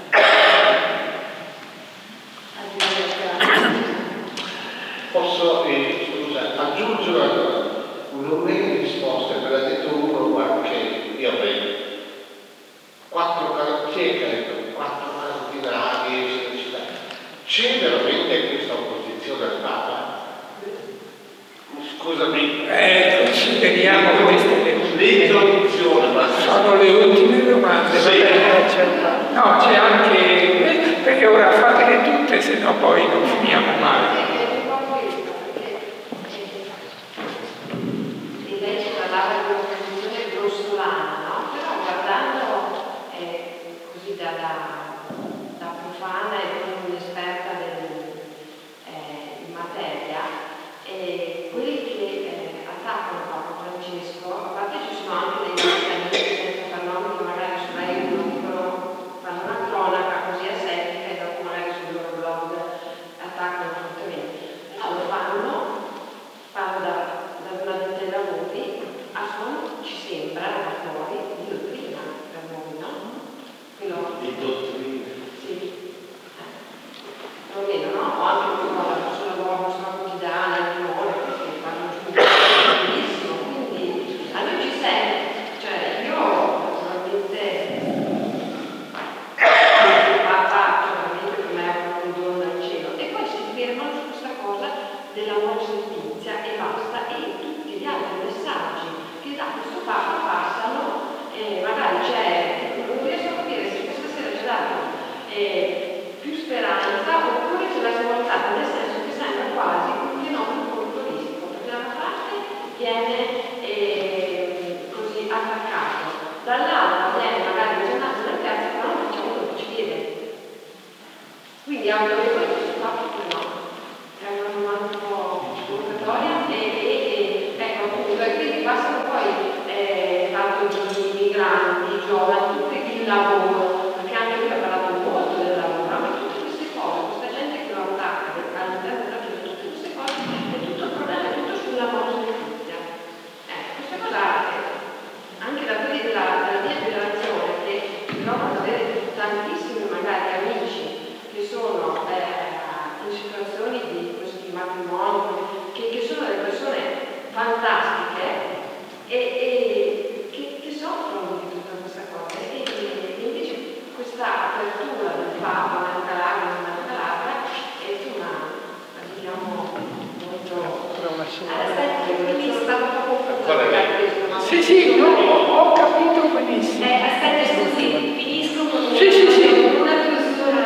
Posso, scusa, aggiungere un'unica risposta, me l'ha detto uno qualche, io avrei 4 cardinali, eccetera. C'è veramente questa opposizione al Papa? Scusami. Consideriamo queste l'introduzione, ma sono le ultime domande. Sì. No, c'è anche, perché ora fatele tutte, se no poi non finiamo mai. Lei ci parlava di un'organizzazione grossolana, no? Però guardando così da profana e non un'esperta in materia, quelli che attaccano Papa Francesco, a parte ci sono anche dei cristianisti senza far nomi che magari su lei fanno una cronaca così asettica e dopo magari sul loro blog attaccano fortemente. Però lo fanno da una dei lavori, a fondo ci sembra da fuori di dottrina per noi, no? Quello di dottrina. sì. Va bene, no? O anche sulla nostra quotidiana, il rumore, perché fanno giù benissimo. Quindi a noi ci serve, cioè io naturalmente il Papa naturalmente per me è un dono dal cielo. E poi si fermano su questa cosa dell'amore servizia e basta, e tutti gli altri messaggi che da questo Papa passano, magari c'è, non riesco a capire se questa sera ci dato più speranza oppure ce l'ha svoltata, nel senso che sembra quasi un fenomeno folcloristico, perché da una parte viene così attaccato, dall'altra viene magari menzionato nel terzo, però non facciamo dove ci viene. Quindi autorevole questo fatto che no, è una domanda un po' provocatoria e ecco appunto, e quindi passano poi fatto di migranti, giovani, tutti il lavoro, perché anche lui ha parlato molto del lavoro, ma tutte queste cose, questa gente che lo attacca all'interno della Chiesa, tutte queste cose, è tutto il problema, è tutto sulla giustizia. Questa cosa anche da quelli della mia generazione, che provano ad avere tantissimi magari amici che sono in fantastiche e che soffrono di tutta questa cosa. E invece questa apertura del Papa nel Calabria è diciamo molto aspetti femminista, Sì, no, ho capito benissimo. aspetti scusi, finisco con una chiusura.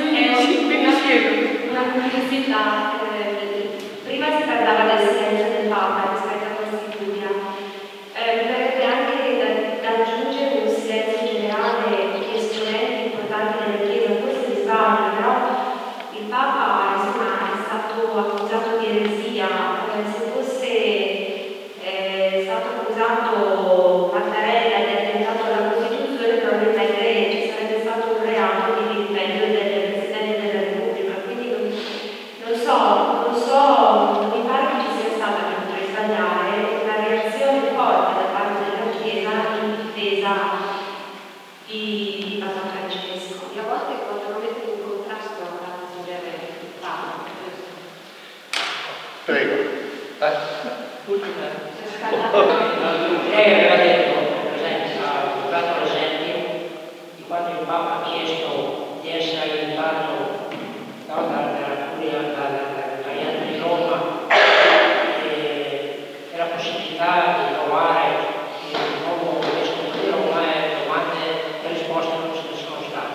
Una curiosità. Prima si parlava del silenzio del Papa rispetto a questa figura. Mi verrebbe anche da aggiungere un silenzio generale di esponenti importanti della Chiesa, forse mi sbaglio, però il Papa insomma, è stato accusato di eresia. Se fosse stato accusato Mattarella di attentato alla Costituzione, probabilmente ci sarebbe stato un reato di vilipendio del Presidente della Repubblica. Quindi non so, mi pare che ci sia stata, per poter sbagliare, una reazione forte da parte della Chiesa in difesa di Papa Francesco. E a volte quando lo mettono in contrasto a raggiungere il Papa. Prego. Lei aveva detto, per esempio, ha dato l'esempio di quando il Papa ha chiesto di essere aiutato dalla Curia, dagli altri di Roma, e la possibilità di trovare il nuovo vescovo di Roma e domande e risposte non ce ne sono state.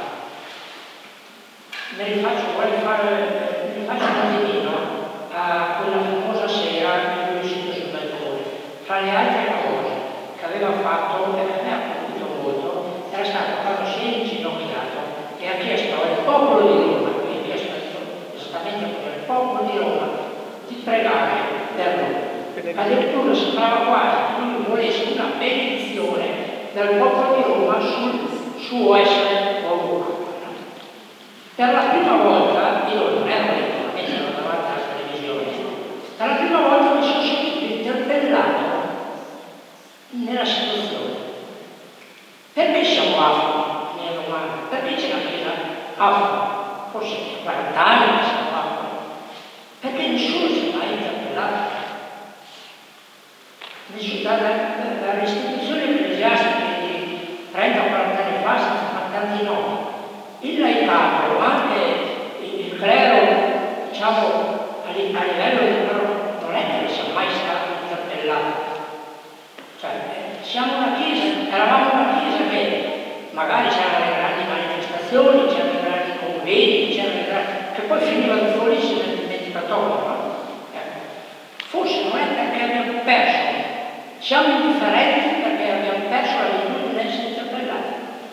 Vorrei fare un attimino a quella famosa sera in cui è uscito sul balcone. Tra le altre cose che aveva fatto e che a me ha colpito molto era stato quando si è inginocchiato e ha chiesto al popolo di Roma, quindi ha chiesto esattamente al popolo di Roma di pregare per noi. Addirittura sembrava quasi che lui volesse una benedizione dal popolo di Roma sul suo essere uomo. Per la prima volta, io non ero davanti alla televisione, per la prima volta mi sono sentito interpellato nella situazione. Perché siamo afro? Mia domanda. Perché c'è la Chiesa afro? Forse 40 anni che siamo afro. Perché nessuno si è mai interpellato. Dalle istituzioni ecclesiastiche di 30-40 anni fa, senza fare tanti nomi, il laicato, anche il clero, diciamo, a livello di però non è che sia mai stato interpellato. Cioè, siamo una Chiesa, eravamo una Chiesa che magari c'erano le grandi manifestazioni, c'erano i grandi convegni, che poi finivano fuorissimo nel dimenticatoio, no? Forse non è perché abbiamo perso, siamo indifferenti perché abbiamo perso l'abitudine di essere interpellati.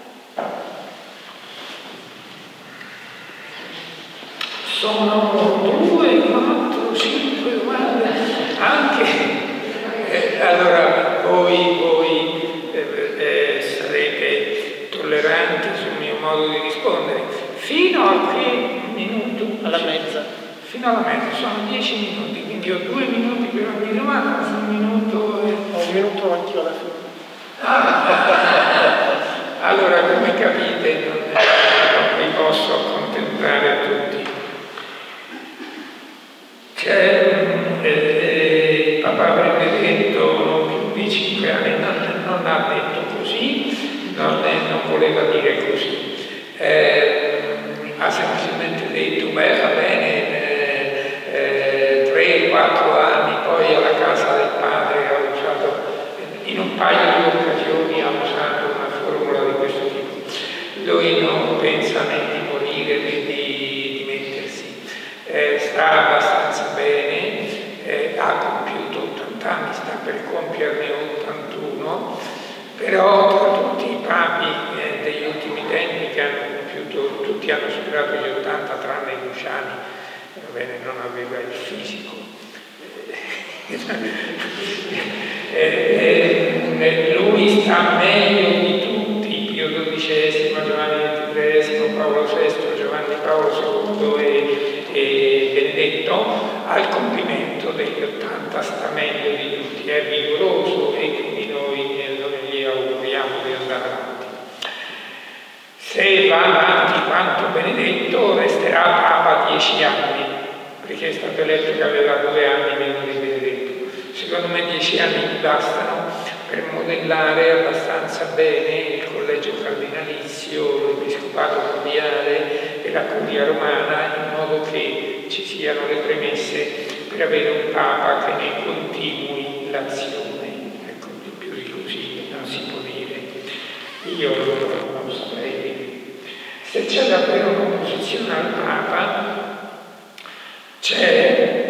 Sono 2, 4, 5 domande, anche allora voi sarete tolleranti sul mio modo di rispondere. Fino a che minuto? Alla mezza. Fino alla mezza, sono 10 minuti, quindi ho 2 minuti per ogni domanda, un minuto e... Ho un minuto anch'io alla fine. Allora, come capite, non vi posso accontentare tutti. Papà avrebbe detto non più di 5 anni, non ha detto così, non voleva dire così. Ha semplicemente detto, beh, va bene, 3-4 anni, poi alla casa del padre ha usato, in un paio di occasioni ha usato una formula di questo tipo. Lui non pensa né di morire né di dimettersi, sta abbastanza bene, ha compiuto 80 anni, sta per compierne 81, però tra tutti i papi degli ultimi tempi che hanno compiuto, tutti hanno superato gli 80 tranne Luciani, va bene, non aveva il fisico. Lui sta meglio di tutti, Pio XII, Giovanni XXIII, Paolo VI, Giovanni Paolo II e Benedetto, al compimento degli 80 sta meglio di tutti, è vigoroso e quindi noi gli auguriamo di andare avanti. Se va avanti quanto Benedetto resterà Papa 10 anni, perché è stato eletto che aveva 2 anni meno di Benedetto. secondo me 10 anni bastano per modellare abbastanza bene il collegio cardinalizio, l'episcopato mondiale e la curia romana, in modo che ci siano le premesse per avere un Papa che ne continui l'azione. Ecco, di più di così non si può dire. Io non saprei. Se c'è davvero un'opposizione al Papa, c'è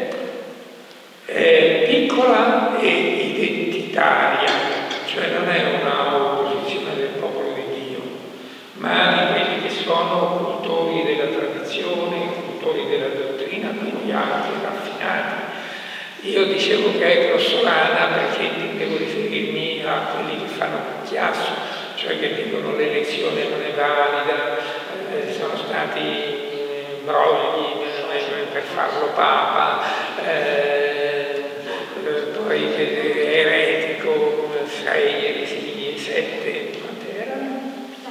piccola e identitaria, cioè non è una opposizione del popolo di Dio, ma di quelli che sono cultori della tradizione, cultori della dottrina, quindi anche raffinati. Io dicevo che è grossolana perché devo riferirmi a quelli che fanno chiasso, cioè che dicono l'elezione non è valida, sono stati brogli per farlo Papa, poi eretico, 6 eresie, 7, quante erano?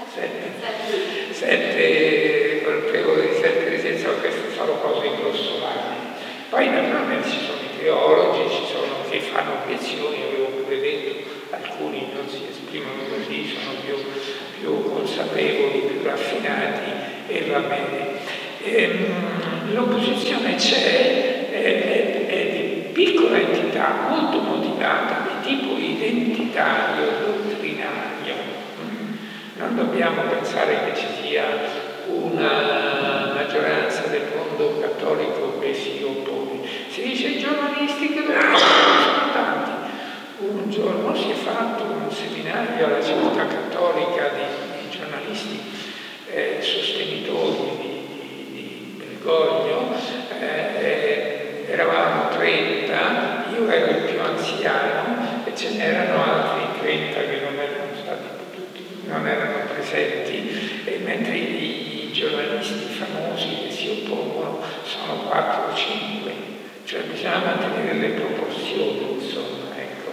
7 colpevoli di 7 eresie, queste sono cose grossolane. Poi naturalmente ci sono i teologi, ci sono che fanno obiezioni, avevo pure detto, alcuni non si esprimono così, sono più consapevoli, più raffinati e va bene. L'opposizione c'è, è di piccola entità, molto motivata, di tipo identitario, dottrinario. Non dobbiamo pensare che ci sia una maggioranza del mondo cattolico che si oppone. Si dice i giornalisti che sono tanti. Un giorno si è fatto un seminario alla Civiltà Cattolica di giornalisti sostenitori di Bergoglio, eravamo 30, io ero il più anziano e ce n'erano altri 30 che non erano stati potuti, non erano presenti, e mentre i giornalisti famosi che si oppongono sono 4 o 5, cioè bisogna mantenere le proporzioni, insomma, ecco.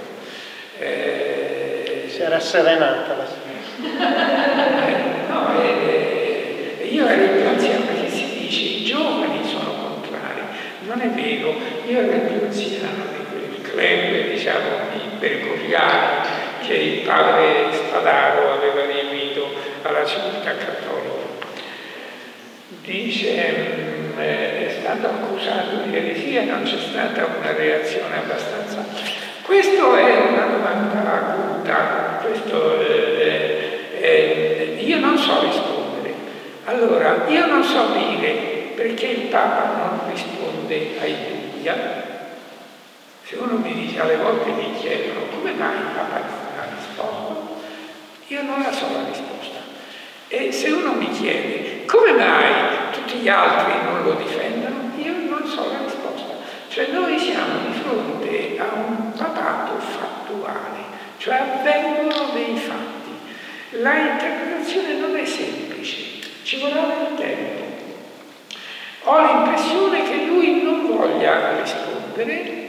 Si era serenata la signora. No, io ero il più anziano perché si dice i giovani sono contrari, non è vero, io ero il più anziano di quel club, diciamo, di bergogliani che il padre Spadaro aveva riunito alla Civiltà Cattolica. Dice, è stato accusato di eresia, non c'è stata una reazione abbastanza. Questo è una domanda acuta, io non so rispondere. Allora, io non so dire perché il Papa non risponde ai dubbi. Se uno mi dice, alle volte mi chiedono come mai il Papa non ha risposto, io non la so la risposta. E se uno mi chiede come mai tutti gli altri non lo difendono, io non so la risposta. Cioè noi siamo di fronte a un papato fattuale, cioè avvengono dei fatti. La interpretazione non è semplice, ci vorrà del tempo. Ho l'impressione che lui non voglia rispondere